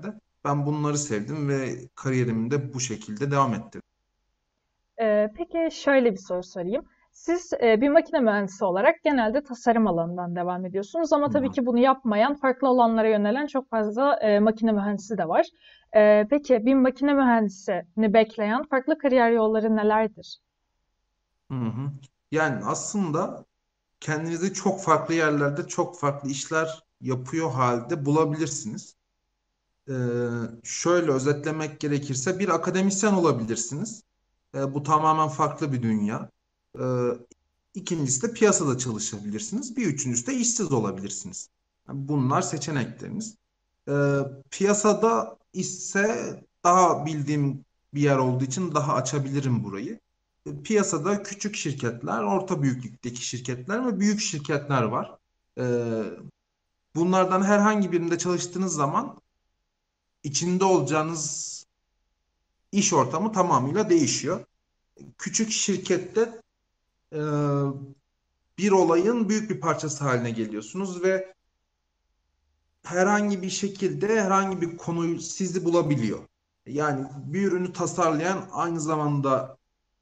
Ben bunları sevdim ve kariyerimi de bu şekilde devam ettirdim. Ee, peki şöyle bir soru sorayım. Siz e, bir makine mühendisi olarak genelde tasarım alanından devam ediyorsunuz ama Hı tabii hı. ki bunu yapmayan, farklı alanlara yönelen çok fazla e, makine mühendisi de var. Ee, peki bir makine mühendisini bekleyen farklı kariyer yolları nelerdir? Hı hı. Yani aslında kendinizi çok farklı yerlerde çok farklı işler yapıyor halde bulabilirsiniz. Ee, Şöyle özetlemek gerekirse bir akademisyen olabilirsiniz. Ee, bu tamamen farklı bir dünya. Ee, İkincisi de piyasada çalışabilirsiniz. Bir üçüncüsü de işsiz olabilirsiniz. Yani bunlar seçenekleriniz. Ee, Piyasada ise daha bildiğim bir yer olduğu için daha açabilirim burayı. Ee, Piyasada küçük şirketler, orta büyüklükteki şirketler ve büyük şirketler var. Ee, Bunlardan herhangi birinde çalıştığınız zaman içinde olacağınız iş ortamı tamamıyla değişiyor. Küçük şirkette e, bir olayın büyük bir parçası haline geliyorsunuz ve herhangi bir şekilde herhangi bir konuyu sizi bulabiliyor. Yani bir ürünü tasarlayan, aynı zamanda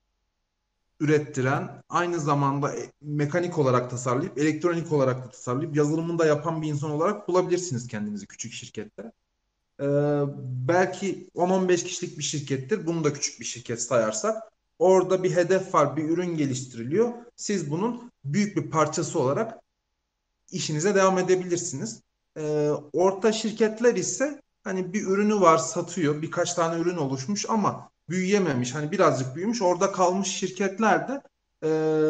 ürettiren, aynı zamanda e- mekanik olarak tasarlayıp, elektronik olarak da tasarlayıp, yazılımını da yapan bir insan olarak bulabilirsiniz kendinizi küçük şirkette. Ee, Belki on on beş kişilik bir şirkettir. Bunu da küçük bir şirket sayarsak. Orada bir hedef var, bir ürün geliştiriliyor. Siz bunun büyük bir parçası olarak işinize devam edebilirsiniz. Ee, orta şirketler ise hani bir ürünü var, satıyor, birkaç tane ürün oluşmuş ama büyüyememiş, hani birazcık büyümüş, orada kalmış şirketler de e,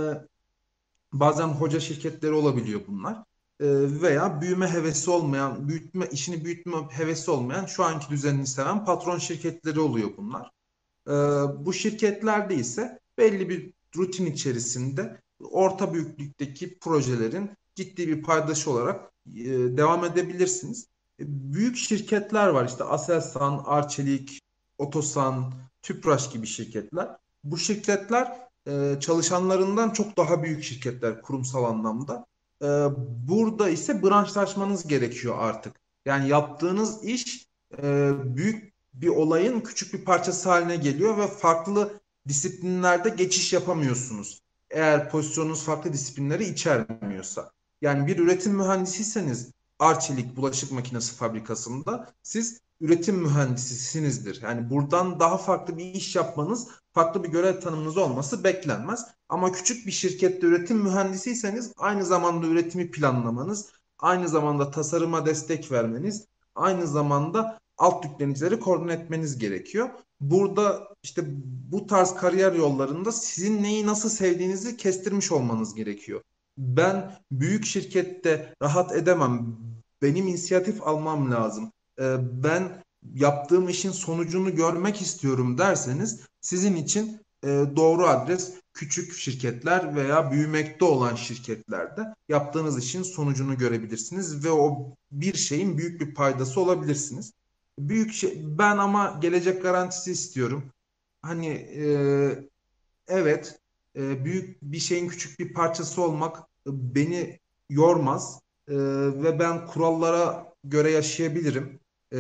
bazen hoca şirketleri olabiliyor bunlar. Ee, Veya büyüme hevesi olmayan, büyütme işini büyütme hevesi olmayan, şu anki düzenini seven patron şirketleri oluyor bunlar. Ee, Bu şirketlerde ise belli bir rutin içerisinde orta büyüklükteki projelerin ciddi bir paydaşı olarak e, devam edebilirsiniz. E, Büyük şirketler var, işte Aselsan, Arçelik, Otosan, Tüpraş gibi şirketler. Bu şirketler e, çalışanlarından çok daha büyük şirketler kurumsal anlamda. E, Burada ise branşlaşmanız gerekiyor artık. Yani yaptığınız iş e, büyük bir olayın küçük bir parçası haline geliyor ve farklı disiplinlerde geçiş yapamıyorsunuz. Eğer pozisyonunuz farklı disiplinleri içermiyorsa. Yani bir üretim mühendisiyseniz Arçelik bulaşık makinesi fabrikasında siz üretim mühendisisinizdir. Yani buradan daha farklı bir iş yapmanız, farklı bir görev tanımınız olması beklenmez. Ama küçük bir şirkette üretim mühendisiyseniz aynı zamanda üretimi planlamanız, aynı zamanda tasarıma destek vermeniz, aynı zamanda alt yüklenicileri koordine etmeniz gerekiyor. Burada işte bu tarz kariyer yollarında sizin neyi nasıl sevdiğinizi kestirmiş olmanız gerekiyor. Ben büyük şirkette rahat edemem. Benim inisiyatif almam lazım. Ee, ben yaptığım işin sonucunu görmek istiyorum derseniz sizin için e, doğru adres küçük şirketler veya büyümekte olan şirketlerde yaptığınız işin sonucunu görebilirsiniz ve o bir şeyin büyük bir paydası olabilirsiniz. Büyük şey, ben ama gelecek garantisi istiyorum. Hani e, evet, e, büyük bir şeyin küçük bir parçası olmak e, beni yormaz. E, Ve ben kurallara göre yaşayabilirim. E,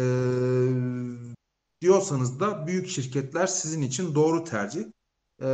Diyorsanız da büyük şirketler sizin için doğru tercih. E,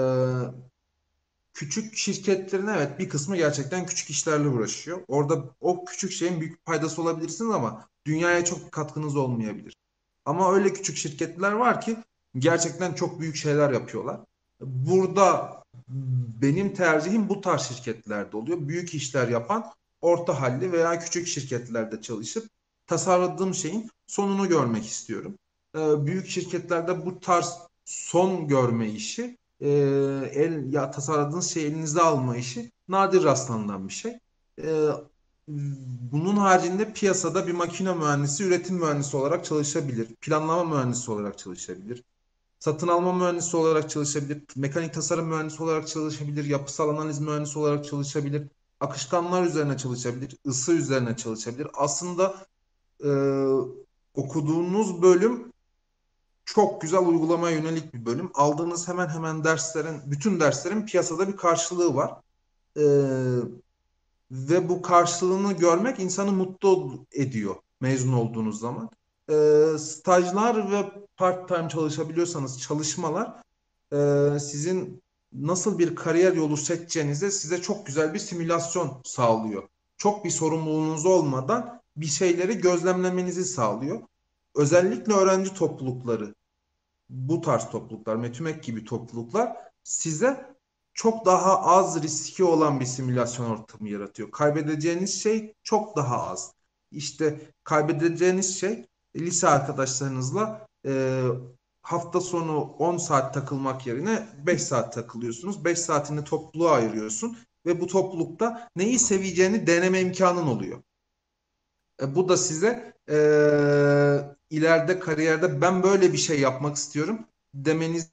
Küçük şirketlerin evet bir kısmı gerçekten küçük işlerle uğraşıyor. Orada o küçük şeyin büyük faydası olabilirsiniz ama dünyaya çok bir katkınız olmayabilir. Ama öyle küçük şirketler var ki gerçekten çok büyük şeyler yapıyorlar. Burada benim tercihim bu tarz şirketlerde oluyor. Büyük işler yapan orta halli veya küçük şirketlerde çalışıp tasarladığım şeyin sonunu görmek istiyorum. Ee, büyük şirketlerde bu tarz son görme işi, e, el ya tasarladığınız şeyi elinize alma işi nadir rastlanan bir şey. Ee, Bunun haricinde piyasada bir makine mühendisi, üretim mühendisi olarak çalışabilir. Planlama mühendisi olarak çalışabilir. Satın alma mühendisi olarak çalışabilir. Mekanik tasarım mühendisi olarak çalışabilir. Yapısal analiz mühendisi olarak çalışabilir. Akışkanlar üzerine çalışabilir. Isı üzerine çalışabilir. Aslında e, okuduğunuz bölüm çok güzel uygulamaya yönelik bir bölüm. Aldığınız hemen hemen derslerin, bütün derslerin piyasada bir karşılığı var. E, Ve bu karşılığını görmek insanı mutlu ediyor mezun olduğunuz zaman. e, stajlar ve part-time çalışabiliyorsanız çalışmalar e, sizin nasıl bir kariyer yolu seçeceğinize size çok güzel bir simülasyon sağlıyor. Çok bir sorumluluğunuz olmadan bir şeyleri gözlemlemenizi sağlıyor. Özellikle öğrenci toplulukları, bu tarz topluluklar, Metümek gibi topluluklar size çok daha az riski olan bir simülasyon ortamı yaratıyor. Kaybedeceğiniz şey çok daha az. İşte kaybedeceğiniz şey lise arkadaşlarınızla e, hafta sonu on saat takılmak yerine beş saat takılıyorsunuz. beş saatini topluluğa ayırıyorsun ve bu toplulukta neyi seveceğini deneme imkanın oluyor. E, bu da size e, ileride kariyerde ben böyle bir şey yapmak istiyorum demeniz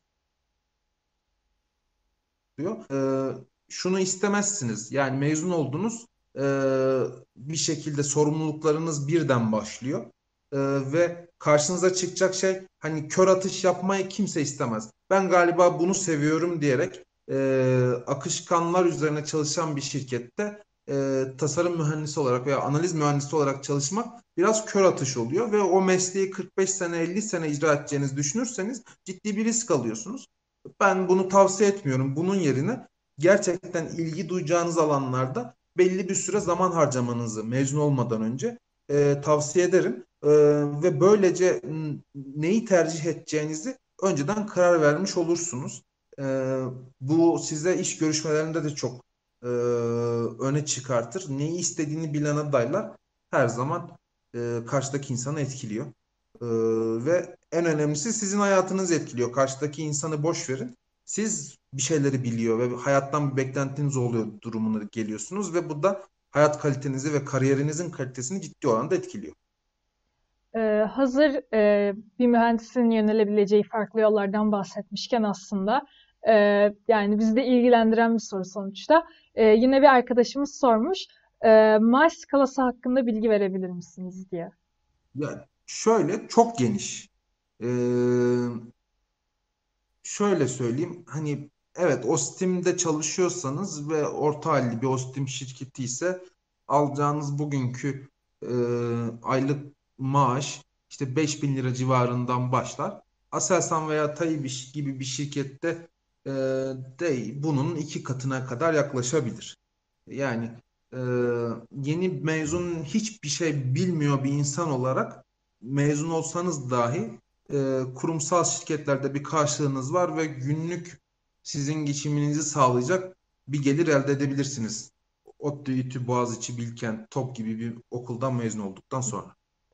diyor. E, şunu istemezsiniz. Yani mezun oldunuz. E, bir şekilde sorumluluklarınız birden başlıyor. E, ve karşınıza çıkacak şey hani kör atış yapmayı kimse istemez. Ben galiba bunu seviyorum diyerek e, akışkanlar üzerine çalışan bir şirkette e, tasarım mühendisi olarak veya analiz mühendisi olarak çalışmak biraz kör atış oluyor ve o mesleği kırk beş sene elli sene icra edeceğinizi düşünürseniz ciddi bir risk alıyorsunuz. Ben bunu tavsiye etmiyorum. Bunun yerine gerçekten ilgi duyacağınız alanlarda belli bir süre zaman harcamanızı mezun olmadan önce e, tavsiye ederim. E, ve böylece n- neyi tercih edeceğinizi önceden karar vermiş olursunuz. E, bu size iş görüşmelerinde de çok e, öne çıkartır. Neyi istediğini bilen adaylar her zaman e, karşıdaki insanı etkiliyor. Ee, ve en önemlisi sizin hayatınızı etkiliyor. Karşıdaki insanı boş verin. Siz bir şeyleri biliyor ve hayattan bir beklentiniz oluyor durumuna geliyorsunuz ve bu da hayat kalitenizi ve kariyerinizin kalitesini ciddi oranda etkiliyor. Ee, hazır e, bir mühendisin yönelebileceği farklı yollardan bahsetmişken aslında e, yani bizi de ilgilendiren bir soru sonuçta. E, yine bir arkadaşımız sormuş. E, maaş skalası hakkında bilgi verebilir misiniz diye. Yani şöyle çok geniş. Ee, şöyle söyleyeyim. Hani evet OSTİM'de çalışıyorsanız ve orta halli bir OSTİM şirketi ise alacağınız bugünkü e, aylık maaş işte beş bin lira civarından başlar. Aselsan veya Tayibiş gibi bir şirkette e, de bunun iki katına kadar yaklaşabilir. Yani e, yeni mezun hiçbir şey bilmiyor bir insan olarak mezun olsanız dahi e, kurumsal şirketlerde bir karşılığınız var ve günlük sizin geçiminizi sağlayacak bir gelir elde edebilirsiniz. ODTÜ, İTÜ, Boğaziçi, Bilkent, TOP gibi bir okuldan mezun olduktan sonra.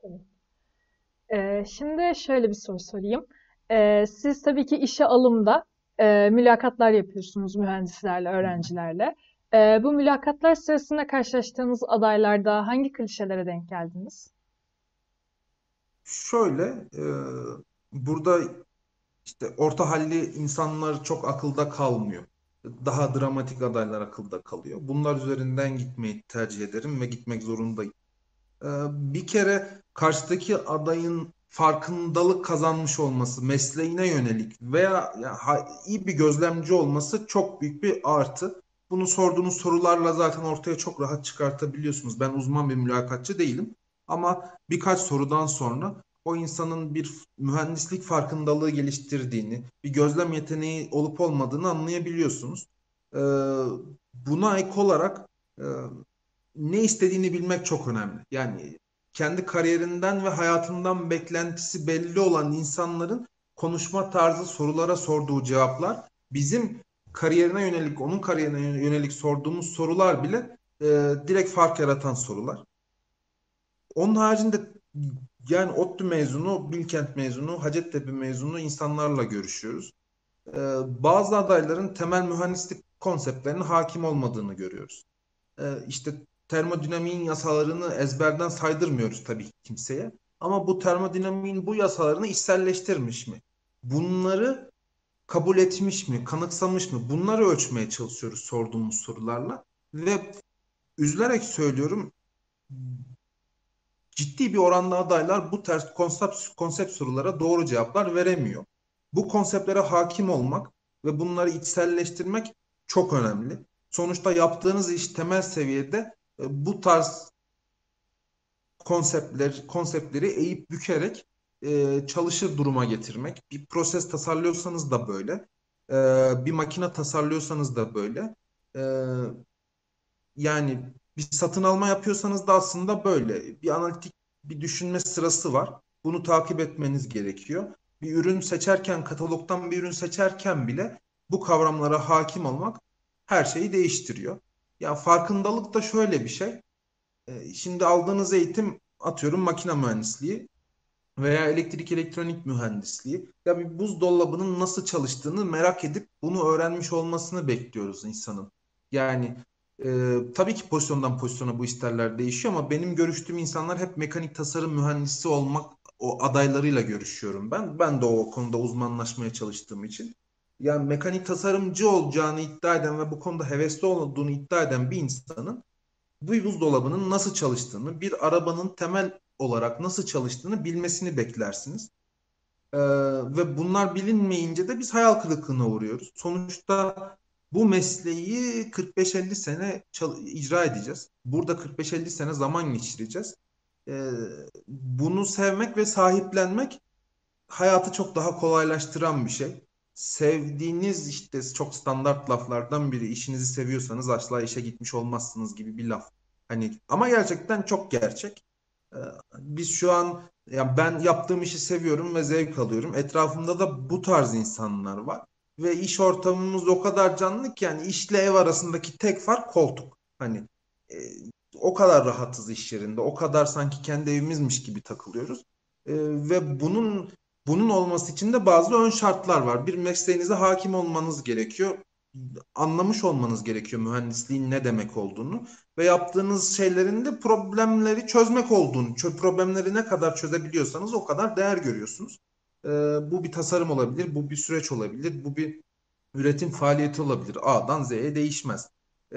Ee, şimdi şöyle bir soru sorayım. Ee, siz tabii ki işe alımda e, mülakatlar yapıyorsunuz mühendislerle, Hı hı. öğrencilerle. Ee, bu mülakatlar sırasında karşılaştığınız adaylarda hangi klişelere denk geldiniz? Şöyle e, burada işte orta halli insanlar çok akılda kalmıyor. Daha dramatik adaylar akılda kalıyor. Bunlar üzerinden gitmeyi tercih ederim ve gitmek zorundayım. Ee, bir kere karşıdaki adayın farkındalık kazanmış olması, mesleğine yönelik veya ya, ha- iyi bir gözlemci olması çok büyük bir artı. Bunu sorduğunuz sorularla zaten ortaya çok rahat çıkartabiliyorsunuz. Ben uzman bir mülakatçı değilim ama birkaç sorudan sonra o insanın bir mühendislik farkındalığı geliştirdiğini, bir gözlem yeteneği olup olmadığını anlayabiliyorsunuz. Ee, buna ek olarak e, ne istediğini bilmek çok önemli. Yani kendi kariyerinden ve hayatından beklentisi belli olan insanların konuşma tarzı, sorulara sorduğu cevaplar bizim kariyerine yönelik, onun kariyerine yönelik sorduğumuz sorular bile e, direkt fark yaratan sorular. Onun haricinde yani ODTÜ mezunu, Bilkent mezunu, Hacettepe mezunu insanlarla görüşüyoruz. E, bazı adayların temel mühendislik konseptlerine hakim olmadığını görüyoruz. E, işte termodinamiğin yasalarını ezberden saydırmıyoruz tabii ki kimseye. Ama bu termodinamiğin bu yasalarını içselleştirmiş mi? Bunları kabul etmiş mi? Kanıksamış mı? Bunları ölçmeye çalışıyoruz sorduğumuz sorularla. Ve üzülerek söylüyorum ciddi bir oranda adaylar bu ters konsept, konsept sorulara doğru cevaplar veremiyor. Bu konseptlere hakim olmak ve bunları içselleştirmek çok önemli. Sonuçta yaptığınız iş temel seviyede e, bu tarz konseptler, konseptleri eğip bükerek e, çalışır duruma getirmek. Bir proses tasarlıyorsanız da böyle. E, bir makine tasarlıyorsanız da böyle. E, Yani bir satın alma yapıyorsanız da aslında böyle. Bir analitik bir düşünme sırası var. Bunu takip etmeniz gerekiyor. Bir ürün seçerken, katalogdan bir ürün seçerken bile bu kavramlara hakim olmak her şeyi değiştiriyor. Ya farkındalık da şöyle bir şey. E, Şimdi aldığınız eğitim, atıyorum, makine mühendisliği veya elektrik elektronik mühendisliği. Ya bir buzdolabının nasıl çalıştığını merak edip bunu öğrenmiş olmasını bekliyoruz insanın. Yani e, tabii ki pozisyondan pozisyona bu isterler değişiyor ama benim görüştüğüm insanlar hep mekanik tasarım mühendisi olmak o adaylarıyla görüşüyorum ben. Ben de o konuda uzmanlaşmaya çalıştığım için. Yani mekanik tasarımcı olacağını iddia eden ve bu konuda hevesli olduğunu iddia eden bir insanın bu buzdolabının nasıl çalıştığını, bir arabanın temel olarak nasıl çalıştığını bilmesini beklersiniz. Ee, Ve bunlar bilinmeyince de biz hayal kırıklığına uğruyoruz. Sonuçta bu mesleği kırk beş elli sene icra edeceğiz. Burada kırk beş elli sene zaman geçireceğiz. Ee, Bunu sevmek ve sahiplenmek hayatı çok daha kolaylaştıran bir şey. Sevdiğiniz, işte çok standart laflardan biri, işinizi seviyorsanız asla işe gitmiş olmazsınız gibi bir laf. Hani ama gerçekten çok gerçek. Ee, Biz şu an, ya ben yaptığım işi seviyorum ve zevk alıyorum. Etrafımda da bu tarz insanlar var. Ve iş ortamımız o kadar canlı ki, yani işle ev arasındaki tek fark koltuk. Hani e, o kadar rahatız iş yerinde. O kadar sanki kendi evimizmiş gibi takılıyoruz. E, ve bunun bunun olması için de bazı ön şartlar var. Bir, mesleğinize hakim olmanız gerekiyor. Anlamış olmanız gerekiyor mühendisliğin ne demek olduğunu ve yaptığınız şeylerin de problemleri çözmek olduğunu. Çö- problemleri ne kadar çözebiliyorsanız o kadar değer görüyorsunuz. Ee, Bu bir tasarım olabilir, bu bir süreç olabilir, bu bir üretim faaliyeti olabilir. A'dan Z'ye değişmez. Ee,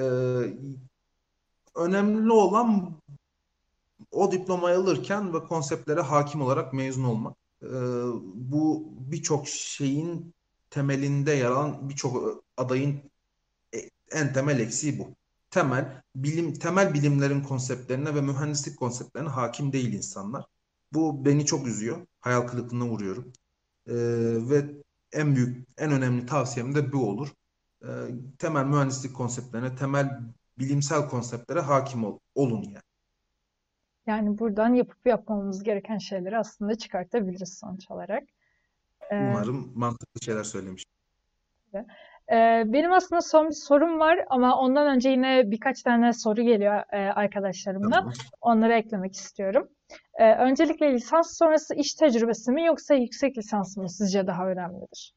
Önemli olan o diplomayı alırken ve konseptlere hakim olarak mezun olmak. Ee, Bu birçok şeyin temelinde yer alan, birçok adayın e, en temel eksiği bu. Temel bilim temel bilimlerin konseptlerine ve mühendislik konseptlerine hakim değil insanlar. Bu beni çok üzüyor. Hayal kırıklığına uğruyorum. Ee, Ve en büyük, en önemli tavsiyem de bu olur. Ee, Temel mühendislik konseptlerine, temel bilimsel konseptlere hakim ol, olun yani. Yani buradan yapıp yapmamamız gereken şeyleri aslında çıkartabiliriz sonuç olarak. Ee, Umarım mantıklı şeyler söylemişim. Ee, benim aslında son bir sorum var ama ondan önce yine birkaç tane soru geliyor e, arkadaşlarımdan. Tamam. Onları eklemek istiyorum. Ee, öncelikle lisans sonrası iş tecrübesi mi yoksa yüksek lisans mı sizce daha önemlidir?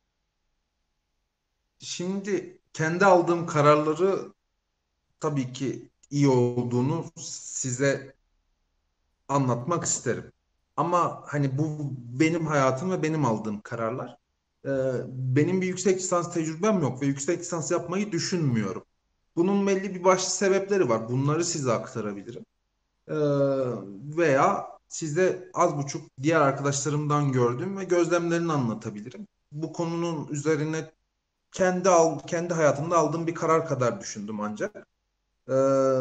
Şimdi kendi aldığım kararları tabii ki iyi olduğunu size anlatmak isterim. Ama hani bu benim hayatım ve benim aldığım kararlar. Ee, Benim bir yüksek lisans tecrübem yok ve yüksek lisans yapmayı düşünmüyorum. Bunun belli bir başlı sebepleri var. Bunları size aktarabilirim. Ee, Veya size az buçuk diğer arkadaşlarımdan gördüğüm ve gözlemlerini anlatabilirim. Bu konunun üzerine kendi al, kendi hayatımda aldığım bir karar kadar düşündüm ancak. Ee,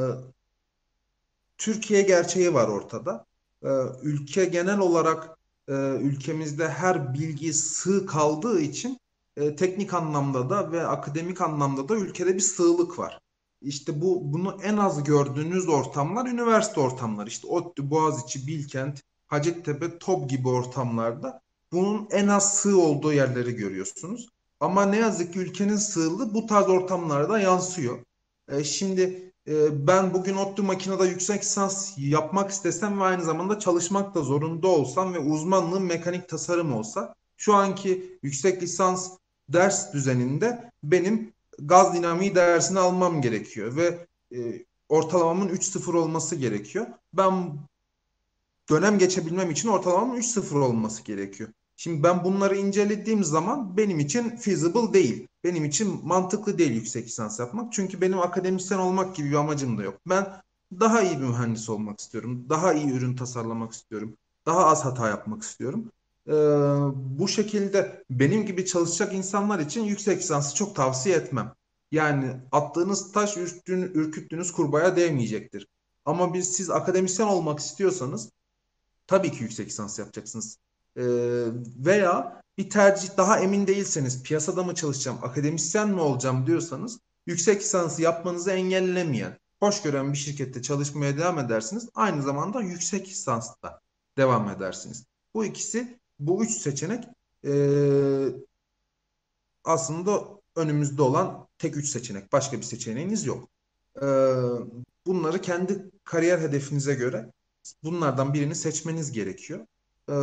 Türkiye gerçeği var ortada. Ee, ülke genel olarak, e, ülkemizde her bilgi sığ kaldığı için e, teknik anlamda da ve akademik anlamda da ülkede bir sığlık var. İşte bu bunu en az gördüğünüz ortamlar üniversite ortamları. İşte ODTÜ, Boğaziçi, Bilkent, Hacettepe, TOB gibi ortamlarda bunun en az sığ olduğu yerleri görüyorsunuz. Ama ne yazık ki ülkenin sığlığı bu tarz ortamlarda yansıyor. E, şimdi e, ben bugün ODTÜ makinede yüksek lisans yapmak istesem ve aynı zamanda çalışmak da zorunda olsam ve uzmanlığım mekanik tasarım olsa, şu anki yüksek lisans ders düzeninde benim gaz dinamiği dersini almam gerekiyor ve e, ortalamamın üç nokta sıfır olması gerekiyor. Ben dönem geçebilmem için ortalamam üç nokta sıfır olması gerekiyor. Şimdi ben bunları incelediğim zaman benim için feasible değil. Benim için mantıklı değil yüksek lisans yapmak. Çünkü benim akademisyen olmak gibi bir amacım da yok. Ben daha iyi bir mühendis olmak istiyorum. Daha iyi ürün tasarlamak istiyorum. Daha az hata yapmak istiyorum. Ee, Bu şekilde benim gibi çalışacak insanlar için yüksek lisansı çok tavsiye etmem. Yani attığınız taş ürktüğünüz, ürküttüğünüz kurbağaya değmeyecektir. Ama biz siz akademisyen olmak istiyorsanız tabii ki yüksek lisans yapacaksınız. Ee, Veya bir tercih daha emin değilseniz piyasada mı çalışacağım, akademisyen mi olacağım diyorsanız yüksek lisansı yapmanızı engellemeyen, hoş gören bir şirkette çalışmaya devam edersiniz. Aynı zamanda yüksek lisansla devam edersiniz. Bu ikisi, bu üç seçenek ee, aslında önümüzde olan tek üç seçenek. Başka bir seçeneğiniz yok. Ee, Bunları kendi kariyer hedefinize göre bunlardan birini seçmeniz gerekiyor. Ee,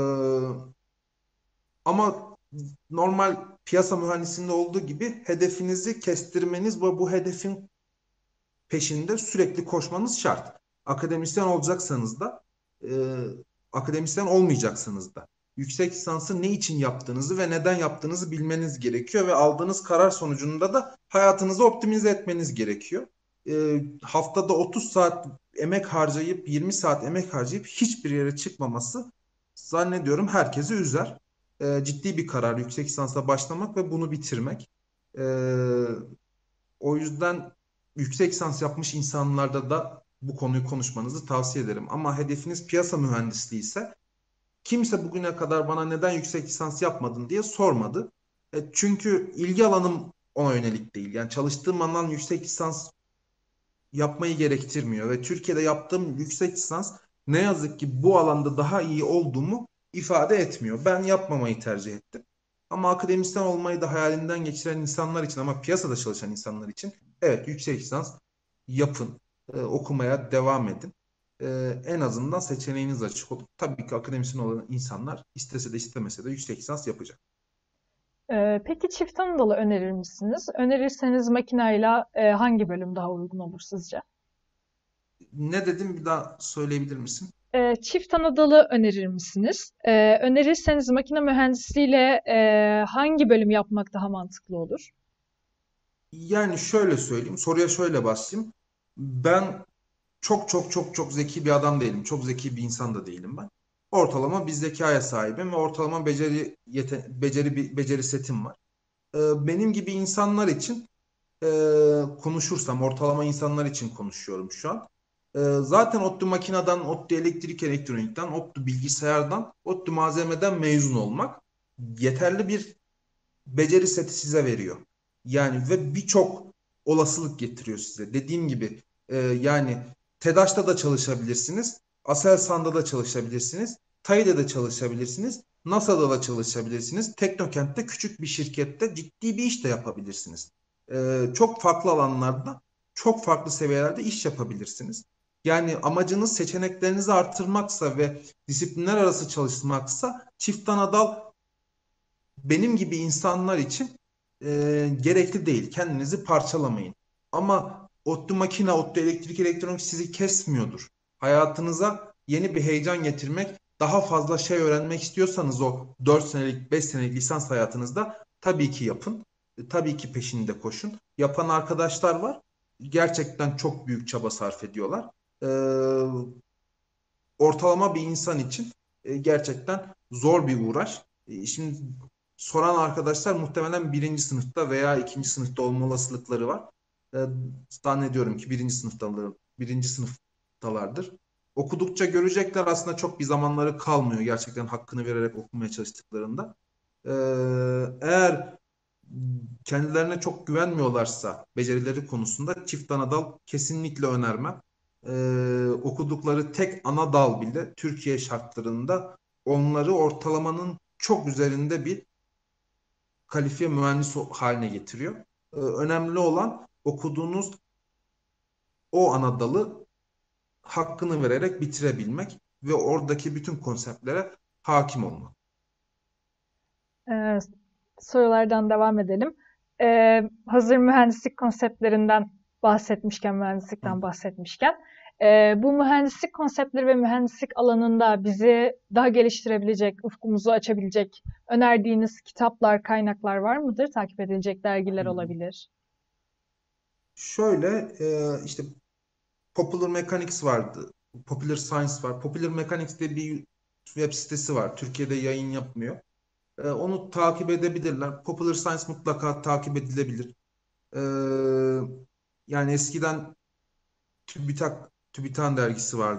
Ama normal piyasa mühendisliğinde olduğu gibi hedefinizi kestirmeniz ve bu hedefin peşinde sürekli koşmanız şart. Akademisyen olacaksanız da, e, akademisyen olmayacaksanız da yüksek lisansı ne için yaptığınızı ve neden yaptığınızı bilmeniz gerekiyor ve aldığınız karar sonucunda da hayatınızı optimize etmeniz gerekiyor. E, haftada otuz saat emek harcayıp yirmi saat emek harcayıp hiçbir yere çıkmaması zannediyorum herkesi üzer. E, ciddi bir karar yüksek lisansa başlamak ve bunu bitirmek. E, O yüzden yüksek lisans yapmış insanlarda da bu konuyu konuşmanızı tavsiye ederim. Ama hedefiniz piyasa mühendisliği ise kimse bugüne kadar bana neden yüksek lisans yapmadın diye sormadı. E, çünkü ilgi alanım ona yönelik değil. Yani çalıştığım alan yüksek lisans yapmayı gerektirmiyor ve Türkiye'de yaptığım yüksek lisans ne yazık ki bu alanda daha iyi olduğumu ifade etmiyor. Ben yapmamayı tercih ettim. Ama akademisyen olmayı da hayalinden geçiren insanlar için, ama piyasada çalışan insanlar için evet, yüksek lisans yapın, e, okumaya devam edin. E, en azından seçeneğiniz açık olur. Tabii ki akademisyen olan insanlar istese de istemese de yüksek lisans yapacak. Ee, peki çift Anadolu önerir misiniz? Önerirseniz makinayla e, hangi bölüm daha uygun olur sizce? Ne dedim, bir daha söyleyebilir misin? Ee, çift Anadolu önerir misiniz? Ee, önerirseniz makine mühendisliğiyle e, hangi bölüm yapmak daha mantıklı olur? Yani şöyle söyleyeyim, soruya şöyle başlayayım. Ben çok çok çok çok zeki bir adam değilim. Çok zeki bir insan da değilim ben. Ortalama bir zekaya sahibim ve ortalama beceri yete beceri bir beceri setim var. Ee, benim gibi insanlar için e, konuşursam, ortalama insanlar için konuşuyorum şu an. Ee, zaten ODTÜ makineden, ODTÜ elektrik elektronikten, ODTÜ bilgisayardan, ODTÜ malzemeden mezun olmak yeterli bir beceri seti size veriyor. Yani ve birçok olasılık getiriyor size. Dediğim gibi e, yani TEDAŞ'ta da çalışabilirsiniz. Aselsan'da da çalışabilirsiniz. TAİ'de de çalışabilirsiniz. NASA'da da çalışabilirsiniz. Teknokent'te küçük bir şirkette ciddi bir iş de yapabilirsiniz. E, çok farklı alanlarda, çok farklı seviyelerde iş yapabilirsiniz. Yani amacınız seçeneklerinizi artırmaksa ve disiplinler arası çalışmaksa çift ana dal benim gibi insanlar için e, gerekli değil. Kendinizi parçalamayın. Ama ODTÜ makine, ODTÜ elektrik elektronik sizi kesmiyordur. Hayatınıza yeni bir heyecan getirmek, daha fazla şey öğrenmek istiyorsanız o dört senelik, beş senelik lisans hayatınızda tabii ki yapın. E, tabii ki peşinde koşun. Yapan arkadaşlar var. Gerçekten çok büyük çaba sarf ediyorlar. E, Ortalama bir insan için e, gerçekten zor bir uğraş. E, şimdi soran arkadaşlar muhtemelen birinci sınıfta veya ikinci sınıfta olma olasılıkları var. E, Zannediyorum ki birinci sınıftalar, birinci sınıftalardır. Okudukça görecekler, aslında çok bir zamanları kalmıyor gerçekten hakkını vererek okumaya çalıştıklarında. E, Eğer kendilerine çok güvenmiyorlarsa becerileri konusunda çift ana dal kesinlikle önermem. Ee, okudukları tek ana dal bile Türkiye şartlarında onları ortalamanın çok üzerinde bir kalifiye mühendis haline getiriyor. Ee, önemli olan okuduğunuz o ana dalı hakkını vererek bitirebilmek ve oradaki bütün konseptlere hakim olmak. Ee, sorulardan devam edelim. Ee, hazır mühendislik konseptlerinden bahsetmişken, Hı. mühendislikten bahsetmişken, e, bu mühendislik konseptleri ve mühendislik alanında bizi daha geliştirebilecek, ufkumuzu açabilecek önerdiğiniz kitaplar, kaynaklar var mıdır? Takip edilecek dergiler Hı. olabilir. Şöyle e, işte Popular Mechanics vardı. Popular Science var. Popular Mechanics diye bir web sitesi var. Türkiye'de yayın yapmıyor. Ee, onu takip edebilirler. Popular Science mutlaka takip edilebilir. Ee, Yani eskiden TÜBİTAK, TÜBİTAK'ın dergisi vardı.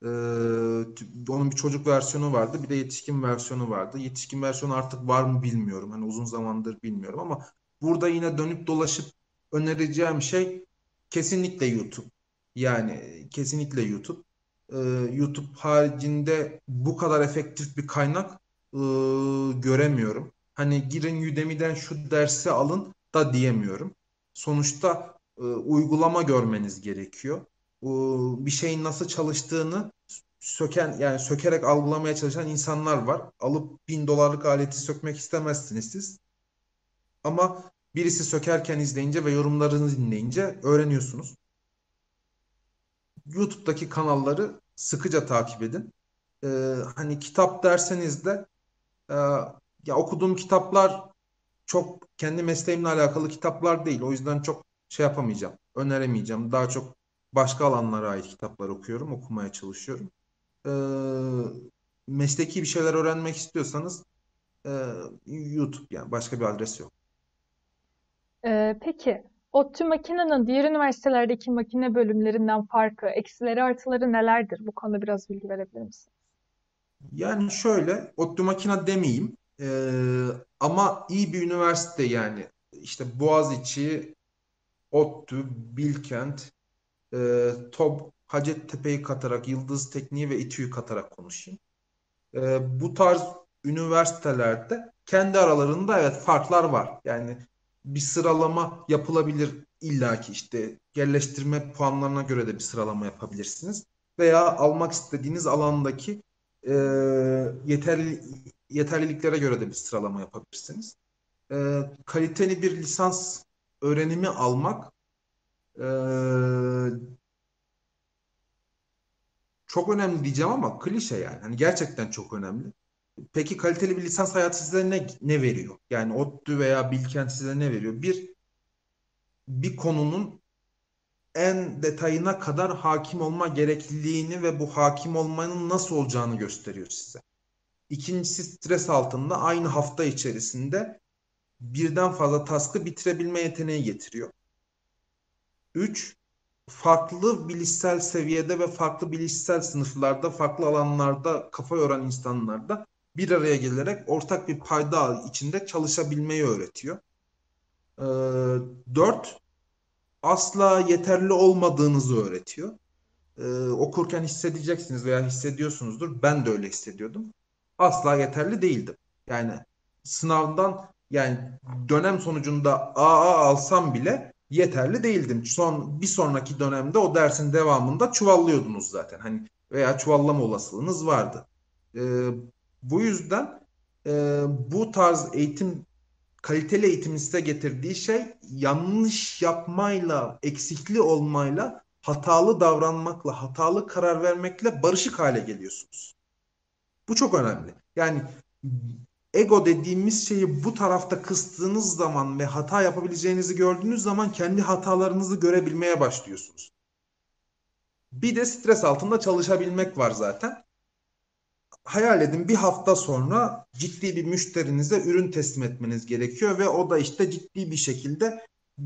Ee, Onun bir çocuk versiyonu vardı, bir de yetişkin versiyonu vardı. Yetişkin versiyonu artık var mı bilmiyorum. Hani uzun zamandır bilmiyorum ama burada yine dönüp dolaşıp önereceğim şey kesinlikle YouTube. Yani kesinlikle YouTube. Ee, YouTube haricinde bu kadar efektif bir kaynak e, göremiyorum. Hani girin Udemy'den şu dersi alın da diyemiyorum. Sonuçta e, uygulama görmeniz gerekiyor. Bu bir şeyin nasıl çalıştığını söken yani sökerek algılamaya çalışan insanlar var. Alıp bin dolarlık aleti sökmek istemezsiniz siz. Ama birisi sökerken izleyince ve yorumlarını dinleyince öğreniyorsunuz. YouTube'daki kanalları sıkıca takip edin. Ee, Hani kitap derseniz de e, ya okuduğum kitaplar çok kendi mesleğimle alakalı kitaplar değil. O yüzden çok şey yapamayacağım, öneremeyeceğim. Daha çok başka alanlara ait kitaplar okuyorum, okumaya çalışıyorum. Ee, Mesleki bir şeyler öğrenmek istiyorsanız e, YouTube, yani başka bir adres yok. Ee, peki, ODTÜ Makina'nın diğer üniversitelerdeki makine bölümlerinden farkı, eksileri, artıları nelerdir? Bu konuda biraz bilgi verebilir misin? Yani şöyle, ODTÜ Makina demeyeyim, Ee, ama iyi bir üniversite yani. İşte Boğaziçi, ODTÜ, Bilkent, e, TOB, Hacettepe'yi katarak, Yıldız Tekniği ve İTÜ'yü katarak konuşayım. E, bu tarz üniversitelerde kendi aralarında evet farklar var. Yani bir sıralama yapılabilir, illaki işte yerleştirme puanlarına göre de bir sıralama yapabilirsiniz. Veya almak istediğiniz alandaki e, yeterli yeterliliklere göre de bir sıralama yapabilirsiniz. E, Kaliteli bir lisans öğrenimi almak e, çok önemli diyeceğim ama klişe yani. Hani gerçekten çok önemli. Peki kaliteli bir lisans hayatı size ne, ne veriyor? Yani ODTÜ veya Bilkent size ne veriyor? Bir, bir konunun en detayına kadar hakim olma gerekliliğini ve bu hakim olmanın nasıl olacağını gösteriyor size. İkincisi, stres altında aynı hafta içerisinde birden fazla task'ı bitirebilme yeteneği getiriyor. Üç, farklı bilişsel seviyede ve farklı bilişsel sınıflarda, farklı alanlarda kafa yoran insanlarda bir araya gelerek ortak bir payda içinde çalışabilmeyi öğretiyor. Ee, Dört, asla yeterli olmadığınızı öğretiyor. Ee, okurken hissedeceksiniz veya hissediyorsunuzdur. Ben de öyle hissediyordum. Asla yeterli değildim. Yani sınavdan, yani dönem sonucunda A A alsam bile yeterli değildim. Son bir sonraki dönemde o dersin devamında çuvallıyordunuz zaten. Hani veya çuvallama olasılığınız vardı. Ee, Bu yüzden e, bu tarz eğitim, kaliteli eğitimin size getirdiği şey yanlış yapmayla, eksikli olmayla, hatalı davranmakla, hatalı karar vermekle barışık hale geliyorsunuz. Bu çok önemli. Yani ego dediğimiz şeyi bu tarafta kıstığınız zaman ve hata yapabileceğinizi gördüğünüz zaman kendi hatalarınızı görebilmeye başlıyorsunuz. Bir de stres altında çalışabilmek var zaten. Hayal edin, bir hafta sonra ciddi bir müşterinize ürün teslim etmeniz gerekiyor ve o da işte ciddi bir şekilde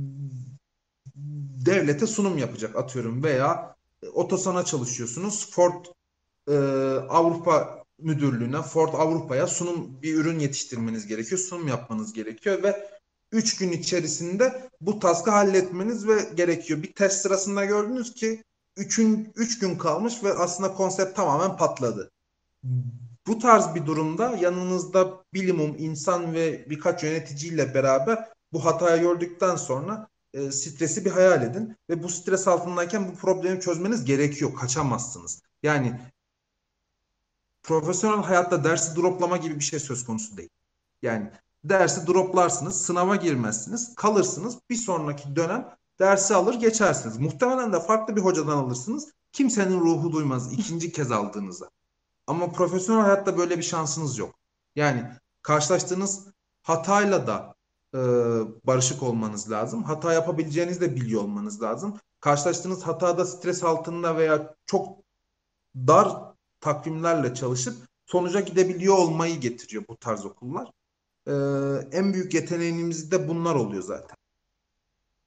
devlete sunum yapacak, atıyorum, veya Otosan'a çalışıyorsunuz. Ford e, Avrupa Müdürlüğü'ne, Ford Avrupa'ya sunum bir ürün yetiştirmeniz gerekiyor, sunum yapmanız gerekiyor ve üç gün içerisinde bu task'ı halletmeniz ve gerekiyor. Bir test sırasında gördünüz ki üçün üç gün kalmış ve aslında konsept tamamen patladı. Bu tarz bir durumda yanınızda bilimum insan ve birkaç yöneticiyle beraber bu hatayı gördükten sonra e, stresi bir hayal edin ve bu stres altındayken bu problemi çözmeniz gerekiyor. Kaçamazsınız. Yani profesyonel hayatta dersi droplama gibi bir şey söz konusu değil. Yani dersi droplarsınız, sınava girmezsiniz, kalırsınız. Bir sonraki dönem dersi alır geçersiniz. Muhtemelen de farklı bir hocadan alırsınız. Kimsenin ruhu duymaz ikinci kez aldığınızda. Ama profesyonel hayatta böyle bir şansınız yok. Yani karşılaştığınız hatayla da e, barışık olmanız lazım. Hata yapabileceğinizi de biliyor olmanız lazım. Karşılaştığınız hatada stres altında veya çok dar takvimlerle çalışıp sonuca gidebiliyor olmayı getiriyor bu tarz okullar. E, En büyük yeteneğimiz de bunlar oluyor zaten.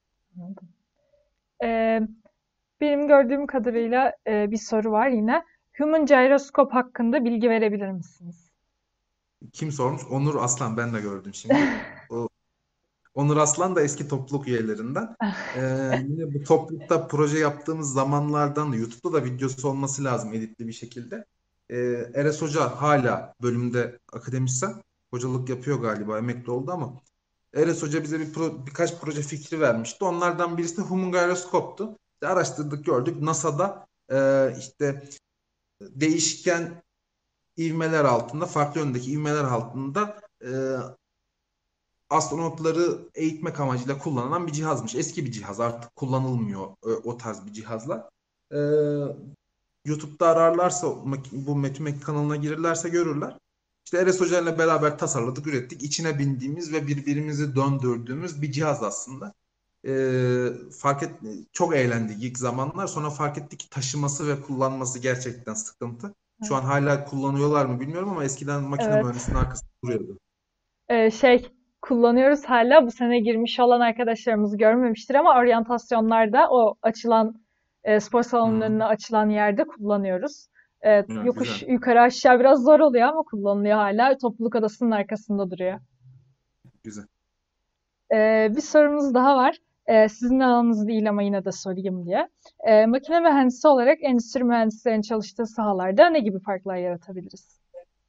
Ee, Benim gördüğüm kadarıyla e, bir soru var yine. Human Gyroscope hakkında bilgi verebilir misiniz? Kim sormuş? Onur Aslan, ben de gördüm şimdi. O, Onur Aslan da eski topluluk üyelerinden. Ee, yine bu toplulukta proje yaptığımız zamanlardan da YouTube'da da videosu olması lazım editli bir şekilde. Ee, Eres Hoca hala bölümde akademisyen. Hocalık yapıyor galiba, emekli oldu ama Eres Hoca bize bir pro- birkaç proje fikri vermişti. Onlardan birisi de Human Gyroscope'tu. İşte araştırdık, gördük. NASA'da e, işte değişken ivmeler altında, farklı yöndeki ivmeler altında e, astronotları eğitmek amacıyla kullanılan bir cihazmış. Eski bir cihaz, artık kullanılmıyor o, o tarz bir cihazlar. E, YouTube'da ararlarsa, bu Metin kanalına girirlerse görürler. İşte Eres Hoca ile beraber tasarladık, ürettik. İçine bindiğimiz ve birbirimizi döndürdüğümüz bir cihaz aslında. Ee, fark et, çok eğlendik ilk zamanlar. Sonra fark ettik ki taşıması ve kullanması gerçekten sıkıntı. Şu an hala kullanıyorlar mı bilmiyorum ama eskiden makine Evet. mühendisinin arkasında duruyordu. Ee, şey kullanıyoruz hala. Bu sene girmiş olan arkadaşlarımız görmemiştir ama oryantasyonlarda o açılan e, spor salonunun Hmm. önüne açılan yerde kullanıyoruz. E, Ya, yokuş güzel, yukarı aşağı biraz zor oluyor ama kullanılıyor hala. Topluluk odasının arkasında duruyor. güzel. Ee, bir sorumuz daha var. Ee, sizin alanınız değil ama yine de sorayım diye. Ee, makine mühendisi olarak endüstri mühendislerinin çalıştığı sahalarda ne gibi farklar yaratabiliriz?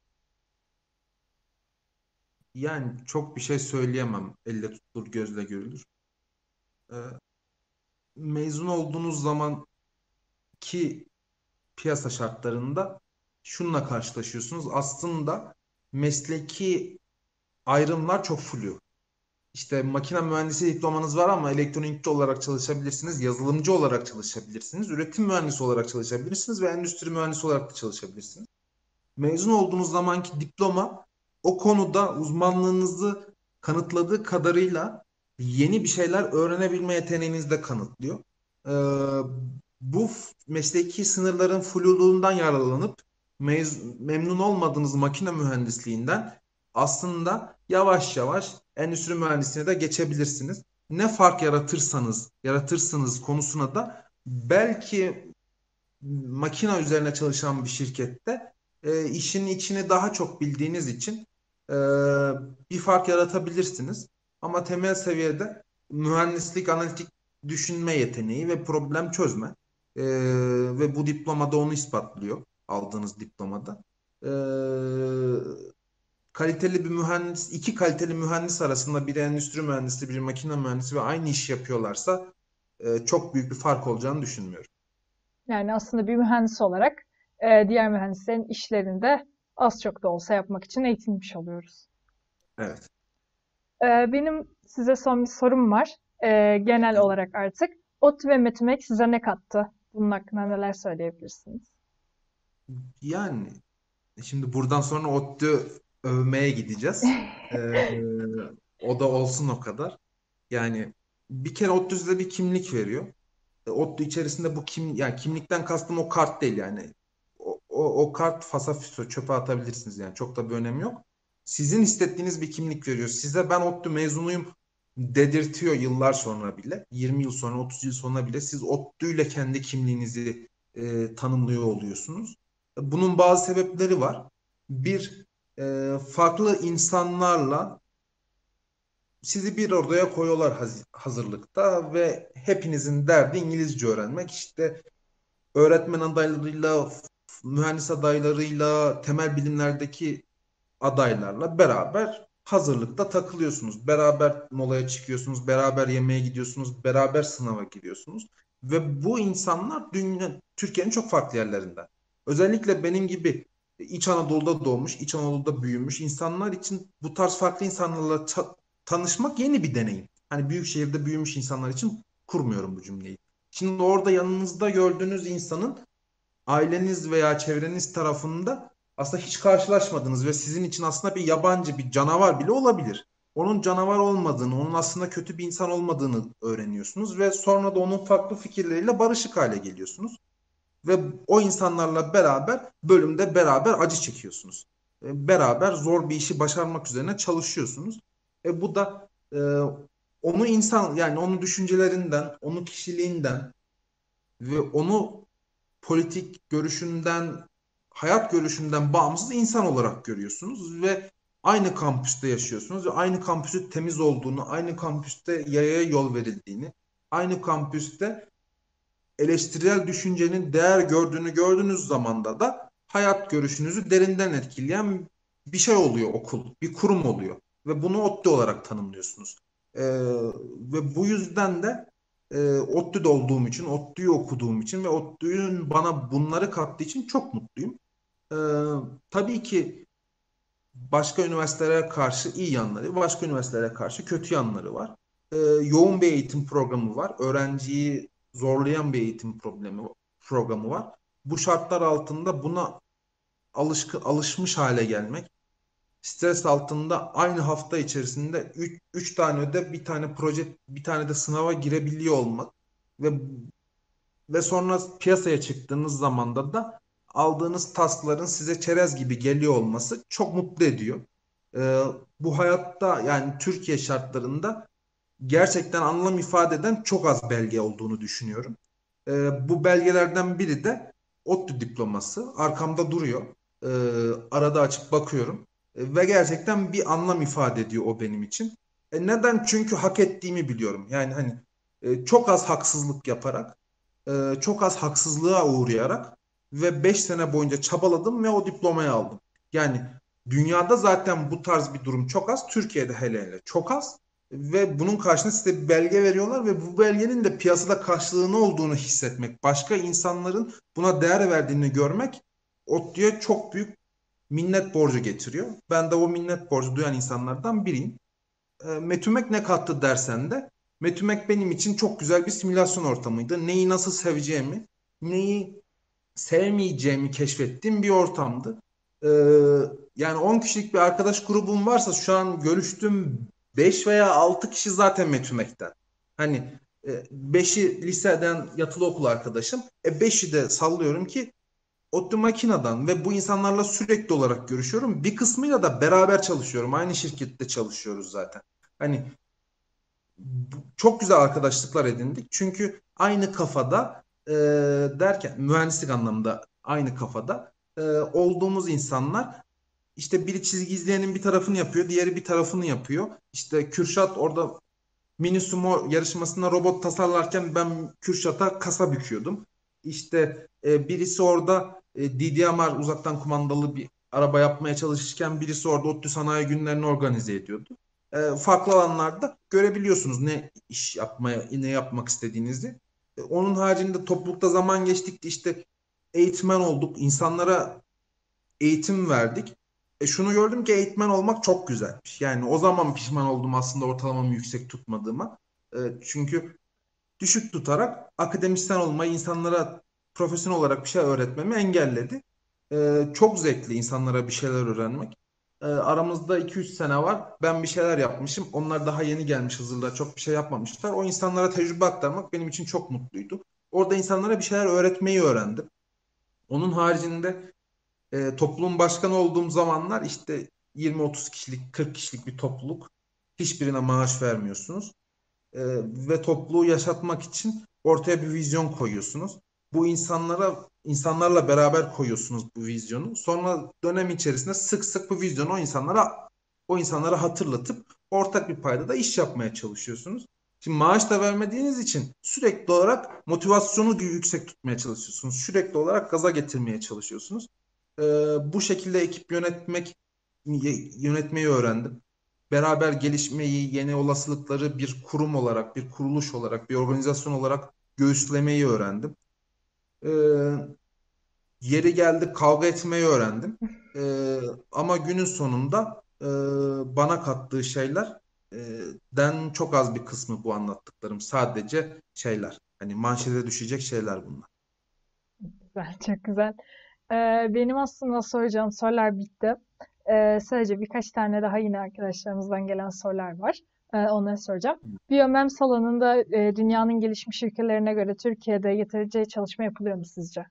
Yani çok bir şey söyleyemem. Elle tutulur, gözle görülür. Ee, Mezun olduğunuz zamanki piyasa şartlarında şununla karşılaşıyorsunuz. Aslında mesleki ayrımlar çok flu. İşte makine mühendisi diplomanız var ama elektronikçi olarak çalışabilirsiniz, yazılımcı olarak çalışabilirsiniz, üretim mühendisi olarak çalışabilirsiniz ve endüstri mühendisi olarak da çalışabilirsiniz. Mezun olduğunuz zamanki diploma o konuda uzmanlığınızı kanıtladığı kadarıyla yeni bir şeyler öğrenebilme yeteneğinizi de kanıtlıyor. Ee, Bu mesleki sınırların fluluğundan yararlanıp mez- memnun olmadığınız makine mühendisliğinden aslında yavaş yavaş endüstri mühendisliğine de geçebilirsiniz. Ne fark yaratırsanız, yaratırsınız konusuna da belki makine üzerine çalışan bir şirkette e, işin içini daha çok bildiğiniz için e, bir fark yaratabilirsiniz. Ama temel seviyede mühendislik, analitik düşünme yeteneği ve problem çözme E, ve bu diplomada onu ispatlıyor. Aldığınız diplomada. E, Kaliteli bir mühendis, iki kaliteli mühendis arasında biri endüstri mühendisi, biri makine mühendisi ve aynı iş yapıyorlarsa e, çok büyük bir fark olacağını düşünmüyorum. Yani aslında bir mühendis olarak e, diğer mühendislerin işlerinde az çok da olsa yapmak için eğitilmiş oluyoruz. Evet. E, benim size son bir sorum var. E, genel olarak artık. ODTÜ ve METÜMEK size ne kattı? Bunun hakkında neler söyleyebilirsiniz? Yani şimdi buradan sonra ODTÜ övmeye gideceğiz. Ee, O da olsun o kadar. Yani bir kere ODTÜ size bir kimlik veriyor. E, ODTÜ içerisinde bu kim, yani kimlikten kastım o kart değil yani. O, o, o kart fasafiso çöpe atabilirsiniz yani. Çok da bir önemi yok. Sizin hissettiğiniz bir kimlik veriyor. Size ben ODTÜ mezunuyum dedirtiyor yıllar sonra bile. yirmi yıl sonra, otuz yıl sonra bile siz ODTÜ ile kendi kimliğinizi e, tanımlıyor oluyorsunuz. Bunun bazı sebepleri var. Bir, e, farklı insanlarla sizi bir odaya koyuyorlar haz- hazırlıkta ve hepinizin derdi İngilizce öğrenmek. İşte öğretmen adaylarıyla, f- mühendis adaylarıyla, temel bilimlerdeki adaylarla beraber hazırlıkta takılıyorsunuz. Beraber molaya çıkıyorsunuz, beraber yemeğe gidiyorsunuz, beraber sınava giriyorsunuz. Ve bu insanlar dünya, Türkiye'nin çok farklı yerlerinden. Özellikle benim gibi İç Anadolu'da doğmuş, İç Anadolu'da büyümüş insanlar için bu tarz farklı insanlarla ça- tanışmak yeni bir deneyim. Hani büyük şehirde büyümüş insanlar için kurmuyorum bu cümleyi. Şimdi orada yanınızda gördüğünüz insanın aileniz veya çevreniz tarafında aslında hiç karşılaşmadığınız ve sizin için aslında bir yabancı bir canavar bile olabilir. Onun canavar olmadığını, onun aslında kötü bir insan olmadığını öğreniyorsunuz ve sonra da onun farklı fikirleriyle barışık hale geliyorsunuz. Ve o insanlarla beraber bölümde beraber acı çekiyorsunuz. E, Beraber zor bir işi başarmak üzerine çalışıyorsunuz. E, bu da e, onu insan yani onu düşüncelerinden, onu kişiliğinden ve onu politik görüşünden hayat görüşünden bağımsız insan olarak görüyorsunuz ve aynı kampüste yaşıyorsunuz ve aynı kampüsün temiz olduğunu, aynı kampüste yayaya yol verildiğini, aynı kampüste eleştirel düşüncenin değer gördüğünü gördüğünüz zamanda da hayat görüşünüzü derinden etkileyen bir şey oluyor okul, bir kurum oluyor ve bunu ODTÜ olarak tanımlıyorsunuz. Ee, ve bu yüzden de e, ODTÜ'de olduğum için, ODTÜ'yü okuduğum için ve ODTÜ'nün bana bunları kattığı için çok mutluyum. Ee, tabii ki başka üniversitelere karşı iyi yanları, başka üniversitelere karşı kötü yanları var. Ee, yoğun bir eğitim programı var. Öğrenciyi zorlayan bir eğitim problemi programı var. Bu şartlar altında buna alışkı, alışmış hale gelmek, stres altında aynı hafta içerisinde üç tane ödev, bir tane proje, bir tane de sınava girebiliyor olmak ve ve sonra piyasaya çıktığınız zamanda da aldığınız taskların size çerez gibi geliyor olması çok mutlu ediyor. Ee, bu hayatta yani Türkiye şartlarında gerçekten anlam ifade eden çok az belge olduğunu düşünüyorum. Ee, bu belgelerden biri de ODTÜ diploması. Arkamda duruyor. Ee, arada açıp bakıyorum. Ee, ve gerçekten bir anlam ifade ediyor o benim için. E neden? Çünkü hak ettiğimi biliyorum. Yani hani e, çok az haksızlık yaparak, e, çok az haksızlığa uğrayarak ve beş sene boyunca çabaladım ve o diplomayı aldım. Yani dünyada zaten bu tarz bir durum çok az. Türkiye'de hele hele çok az. Ve bunun karşılığında size bir belge veriyorlar ve bu belgenin de piyasada karşılığı ne olduğunu hissetmek, başka insanların buna değer verdiğini görmek ODTÜ'ye çok büyük minnet borcu getiriyor. Ben de o minnet borcu duyan insanlardan biriyim. E, Metümek ne kattı dersen de Metümek benim için çok güzel bir simülasyon ortamıydı. Neyi nasıl seveceğimi, neyi sevmeyeceğimi keşfettiğim bir ortamdı. Ee, yani on kişilik bir arkadaş grubum varsa şu an görüştüğüm beş veya altı kişi zaten Metümek'ten. Hani e, beşi liseden yatılı okul arkadaşım. E beşi de sallıyorum ki ODTÜ Makina'dan ve bu insanlarla sürekli olarak görüşüyorum. Bir kısmıyla da beraber çalışıyorum. Aynı şirkette çalışıyoruz zaten. Hani çok güzel arkadaşlıklar edindik. Çünkü aynı kafada e, derken mühendislik anlamında aynı kafada e, olduğumuz insanlar işte biri çizgi izleyenin bir tarafını yapıyor, diğeri bir tarafını yapıyor. İşte Kürşat orada mini sumo yarışmasında robot tasarlarken ben Kürşat'a kasa büküyordum. İşte e, birisi orada e, D D M R uzaktan kumandalı bir araba yapmaya çalışırken birisi orada ODTÜ Sanayi Günlerini organize ediyordu. E, farklı alanlarda görebiliyorsunuz ne iş yapmaya, ne yapmak istediğinizi. E, onun haricinde toplulukta zaman geçtikçe işte eğitmen olduk, insanlara eğitim verdik. E şunu gördüm ki eğitmen olmak çok güzelmiş. Yani o zaman pişman oldum aslında ortalamamı yüksek tutmadığıma. E, çünkü düşük tutarak akademisyen olmayı, insanlara profesyonel olarak bir şey öğretmemi engelledi. E, çok zevkli insanlara bir şeyler öğrenmek. E, aramızda iki üç sene var. Ben bir şeyler yapmışım. Onlar daha yeni gelmiş Hızır'da çok bir şey yapmamışlar. O insanlara tecrübe aktarmak benim için çok mutluydu. Orada insanlara bir şeyler öğretmeyi öğrendim. Onun haricinde e, topluluğun başkanı olduğum zamanlar işte yirmi otuz kişilik, kırk kişilik bir topluluk. Hiçbirine maaş vermiyorsunuz. E, ve topluluğu yaşatmak için ortaya bir vizyon koyuyorsunuz. Bu insanlara insanlarla beraber koyuyorsunuz bu vizyonu. Sonra dönem içerisinde sık sık bu vizyonu o insanlara o insanlara hatırlatıp ortak bir paydada iş yapmaya çalışıyorsunuz. Şimdi maaş da vermediğiniz için sürekli olarak motivasyonu yüksek tutmaya çalışıyorsunuz. Sürekli olarak gaza getirmeye çalışıyorsunuz. Ee, bu şekilde ekip yönetmek yönetmeyi öğrendim. Beraber gelişmeyi, yeni olasılıkları bir kurum olarak, bir kuruluş olarak, bir organizasyon olarak göğüslemeyi öğrendim. Ee, yeri geldi kavga etmeyi öğrendim. Ee, ama günün sonunda e, bana kattığı şeyler e, den çok az bir kısmı bu anlattıklarım. Sadece şeyler. Hani manşete düşecek şeyler bunlar. Güzel, çok güzel. Ee, benim aslında soracağım sorular bitti. Ee, sadece birkaç tane daha yine arkadaşlarımızdan gelen sorular var. Ee, onları soracağım. Biyomem salonunda e, dünyanın gelişmiş ülkelerine göre Türkiye'de yeterince çalışma yapılıyor mu sizce?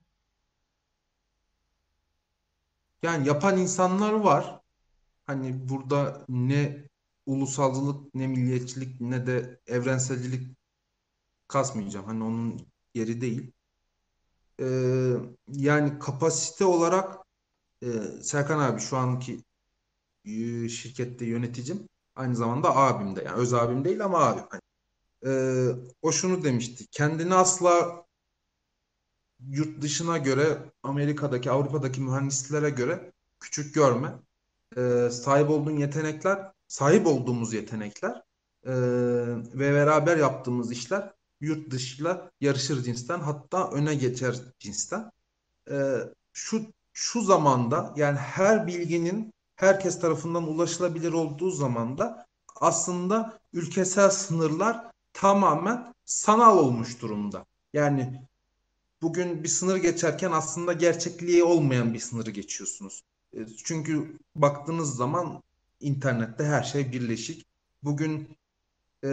Yani yapan insanlar var. Hani burada ne ulusalcılık ne milliyetçilik ne de evrenselcilik kasmayacağım. Hani onun yeri değil. Ee, yani kapasite olarak Ee, Serkan abi şu anki e, şirkette yöneticim. Aynı zamanda abim de. Yani öz abim değil ama abim. Hani, Ee, o şunu demişti. Kendini asla yurt dışına göre, Amerika'daki, Avrupa'daki mühendislere göre küçük görme. Ee, sahip olduğun yetenekler, sahip olduğumuz yetenekler ee, ve beraber yaptığımız işler yurt dışıyla yarışır cinsten, hatta öne geçer cinsten. Ee, şu şu zamanda, yani her bilginin herkes tarafından ulaşılabilir olduğu zamanda, aslında ülkesel sınırlar tamamen sanal olmuş durumda. Yani bugün bir sınır geçerken aslında gerçekliği olmayan bir sınırı geçiyorsunuz. E, Çünkü baktığınız zaman internette her şey birleşik. Bugün e,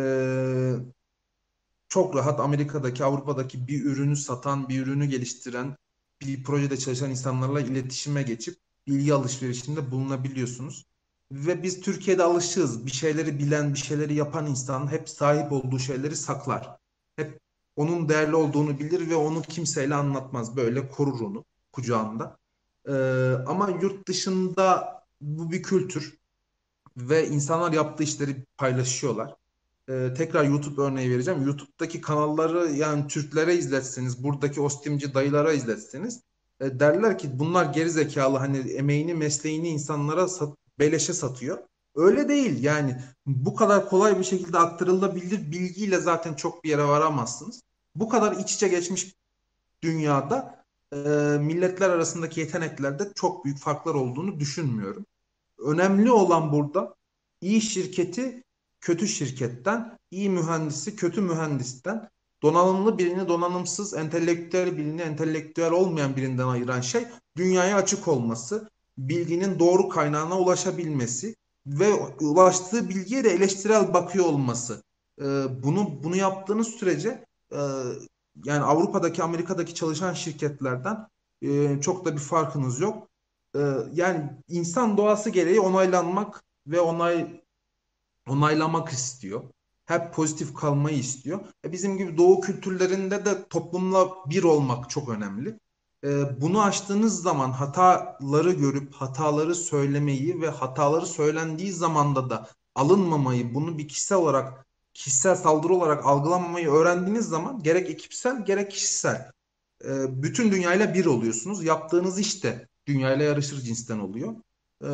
çok rahat Amerika'daki, Avrupa'daki bir ürünü satan, bir ürünü geliştiren, bir projede çalışan insanlarla iletişime geçip bilgi alışverişinde bulunabiliyorsunuz. Ve biz Türkiye'de alışığız. Bir şeyleri bilen, bir şeyleri yapan insan hep sahip olduğu şeyleri saklar. Hep onun değerli olduğunu bilir ve onu kimseyle anlatmaz. Böyle korur onu kucağında. Ee, ama yurt dışında bu bir kültür ve insanlar yaptığı işleri paylaşıyorlar. Ee, tekrar YouTube örneği vereceğim. YouTube'daki kanalları, yani Türklere izletseniz, buradaki Ostimci dayılara izletseniz, e, derler ki bunlar geri zekalı, hani emeğini, mesleğini insanlara sat, beleşe satıyor. Öyle değil yani, bu kadar kolay bir şekilde aktarılabilir bilgiyle zaten çok bir yere varamazsınız. Bu kadar iç içe geçmiş dünyada e, milletler arasındaki yeteneklerde çok büyük farklar olduğunu düşünmüyorum. Önemli olan burada iyi şirketi kötü şirketten, iyi mühendisi kötü mühendisten, donanımlı birini donanımsız, entelektüel birini entelektüel olmayan birinden ayıran şey dünyaya açık olması, bilginin doğru kaynağına ulaşabilmesi ve ulaştığı bilgiye de eleştirel bakıyor olması. Ee, bunu bunu yaptığınız sürece e, yani Avrupa'daki, Amerika'daki çalışan şirketlerden e, çok da bir farkınız yok. Ee, yani insan doğası gereği onaylanmak ve onay onaylamak istiyor. Hep pozitif kalmayı istiyor. E bizim gibi doğu kültürlerinde de toplumla bir olmak çok önemli. E, bunu aştığınız zaman hataları görüp hataları söylemeyi ve hataları söylendiği zamanda da alınmamayı, bunu bir kişisel olarak, kişisel saldırı olarak algılamamayı öğrendiğiniz zaman, gerek ekipsel gerek kişisel, e, bütün dünyayla bir oluyorsunuz. Yaptığınız iş de dünyayla yarışır cinsten oluyor. E,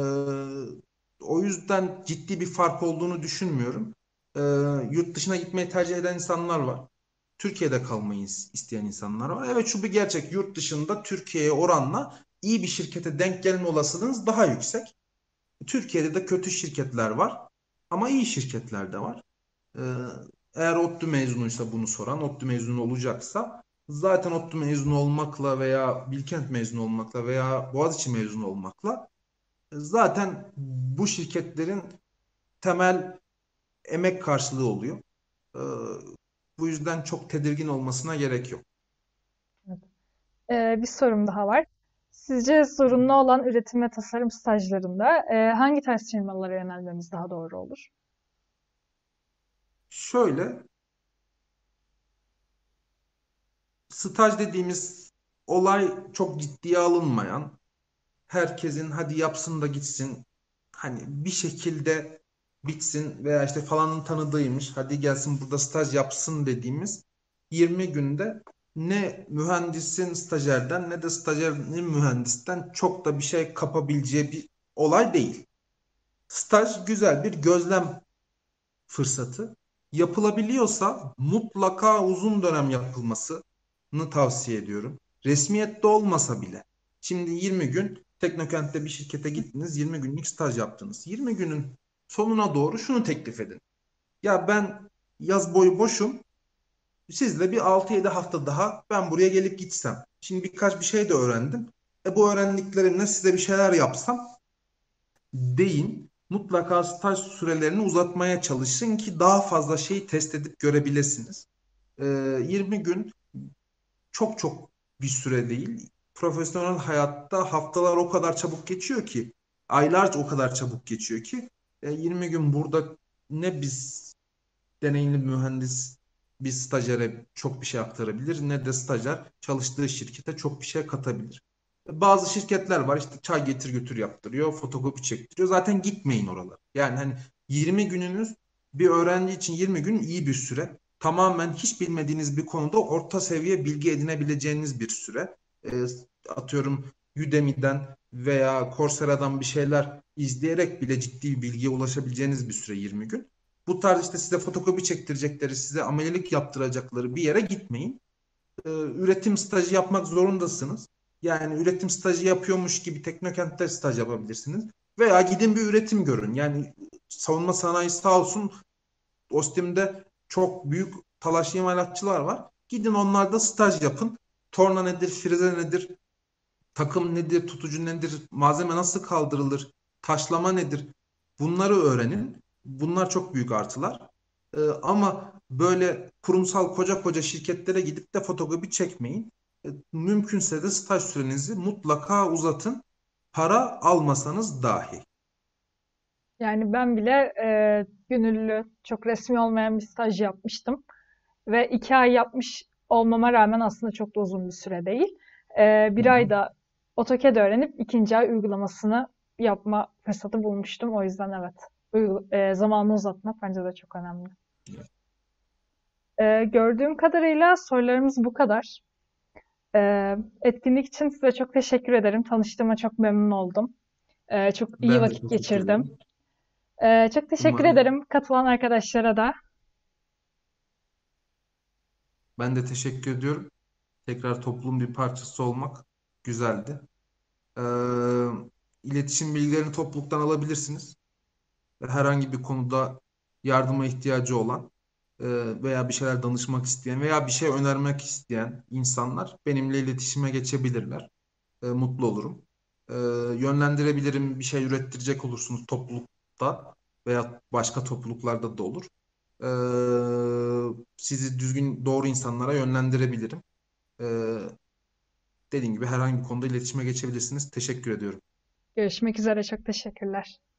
o yüzden ciddi bir fark olduğunu düşünmüyorum. E, yurt dışına gitmeyi tercih eden insanlar var. Türkiye'de kalmayı isteyen insanlar var. Evet, şu bir gerçek. Yurt dışında Türkiye'ye oranla iyi bir şirkete denk gelme olasılığınız daha yüksek. Türkiye'de de kötü şirketler var. Ama iyi şirketler de var. Ee, eğer ODTÜ mezunuysa, bunu soran, ODTÜ mezunu olacaksa, zaten ODTÜ mezunu olmakla veya Bilkent mezunu olmakla veya Boğaziçi mezunu olmakla e, zaten bu şirketlerin temel emek karşılığı oluyor. Ee, bu yüzden çok tedirgin olmasına gerek yok. Ee, bir sorum daha var. Sizce zorunlu olan üretim ve tasarım stajlarında e, hangi tarz firmalara yönelmemiz daha doğru olur? Şöyle, staj dediğimiz olay çok ciddiye alınmayan, herkesin hadi yapsın da gitsin, hani bir şekilde bitsin veya işte falanın tanıdığıymış, hadi gelsin burada staj yapsın dediğimiz yirmi günde ne mühendisin stajyerden ne de stajyerin mühendisten çok da bir şey kapabileceği bir olay değil. Staj güzel bir gözlem fırsatı. Yapılabiliyorsa mutlaka uzun dönem yapılmasını tavsiye ediyorum. Resmiyette olmasa bile. Şimdi yirmi gün Teknokent'te bir şirkete gittiniz, yirmi günlük staj yaptınız. yirmi günün sonuna doğru şunu teklif edin. Ya ben yaz boyu boşum. Sizle bir altı yedi hafta daha ben buraya gelip gitsem. Şimdi birkaç bir şey de öğrendim. E bu öğrendiklerimle size bir şeyler yapsam deyin. Mutlaka staj sürelerini uzatmaya çalışın ki daha fazla şeyi test edip görebilirsiniz. Ee, yirmi gün çok çok bir süre değil. Profesyonel hayatta haftalar o kadar çabuk geçiyor ki, aylar o kadar çabuk geçiyor ki, e, yirmi gün burada ne biz deneyimli mühendis bir stajyere çok bir şey aktarabilir, ne de stajyer çalıştığı şirkete çok bir şey katabilir. Bazı şirketler var işte çay getir götür yaptırıyor, fotokopi çektiriyor. Zaten gitmeyin oralara. Yani hani yirmi gününüz bir öğrenci için yirmi gün iyi bir süre. Tamamen hiç bilmediğiniz bir konuda orta seviye bilgi edinebileceğiniz bir süre. E, atıyorum Udemy'den veya Coursera'dan bir şeyler izleyerek bile ciddi bir bilgiye ulaşabileceğiniz bir süre yirmi gün. Bu tarz işte size fotokopi çektirecekleri, size amelelik yaptıracakları bir yere gitmeyin. E, üretim stajı yapmak zorundasınız. Yani üretim stajı yapıyormuş gibi Teknokent'te staj yapabilirsiniz. Veya gidin bir üretim görün. Yani savunma sanayi sağ olsun Ostim'de çok büyük talaş imalatçılar var. Gidin onlarda staj yapın. Torna nedir, frize nedir, takım nedir, tutucu nedir, malzeme nasıl kaldırılır, taşlama nedir? Bunları öğrenin. Bunlar çok büyük artılar. Ee, ama böyle kurumsal koca koca şirketlere gidip de fotokopi çekmeyin. Ee, mümkünse de staj sürenizi mutlaka uzatın. Para almasanız dahi. Yani ben bile e, gönüllü, çok resmi olmayan bir staj yapmıştım. Ve iki ay yapmış olmama rağmen aslında çok da uzun bir süre değil. E, Hı bir hı. ayda AutoCAD öğrenip ikinci ay uygulamasını yapma fırsatı bulmuştum. O yüzden evet, uygula- e, zamanı uzatmak bence de çok önemli. E, gördüğüm kadarıyla sorularımız bu kadar. E, etkinlik için size çok teşekkür ederim. Tanıştığıma çok memnun oldum. E, çok iyi Ben de vakit teşekkür geçirdim. ederim. Ee, çok teşekkür Umarım ederim katılan arkadaşlara da. ben de teşekkür ediyorum. Tekrar toplumun bir parçası olmak güzeldi. Ee, iletişim bilgilerini topluluktan alabilirsiniz. Herhangi bir konuda yardıma ihtiyacı olan e, veya bir şeyler danışmak isteyen veya bir şey önermek isteyen insanlar benimle iletişime geçebilirler. E, mutlu olurum. E, yönlendirebilirim, bir şey ürettirecek olursunuz toplulukta veya başka topluluklarda da olur. E, sizi düzgün doğru insanlara yönlendirebilirim. E, dediğim gibi herhangi bir konuda iletişime geçebilirsiniz. Teşekkür ediyorum. Görüşmek üzere, çok teşekkürler.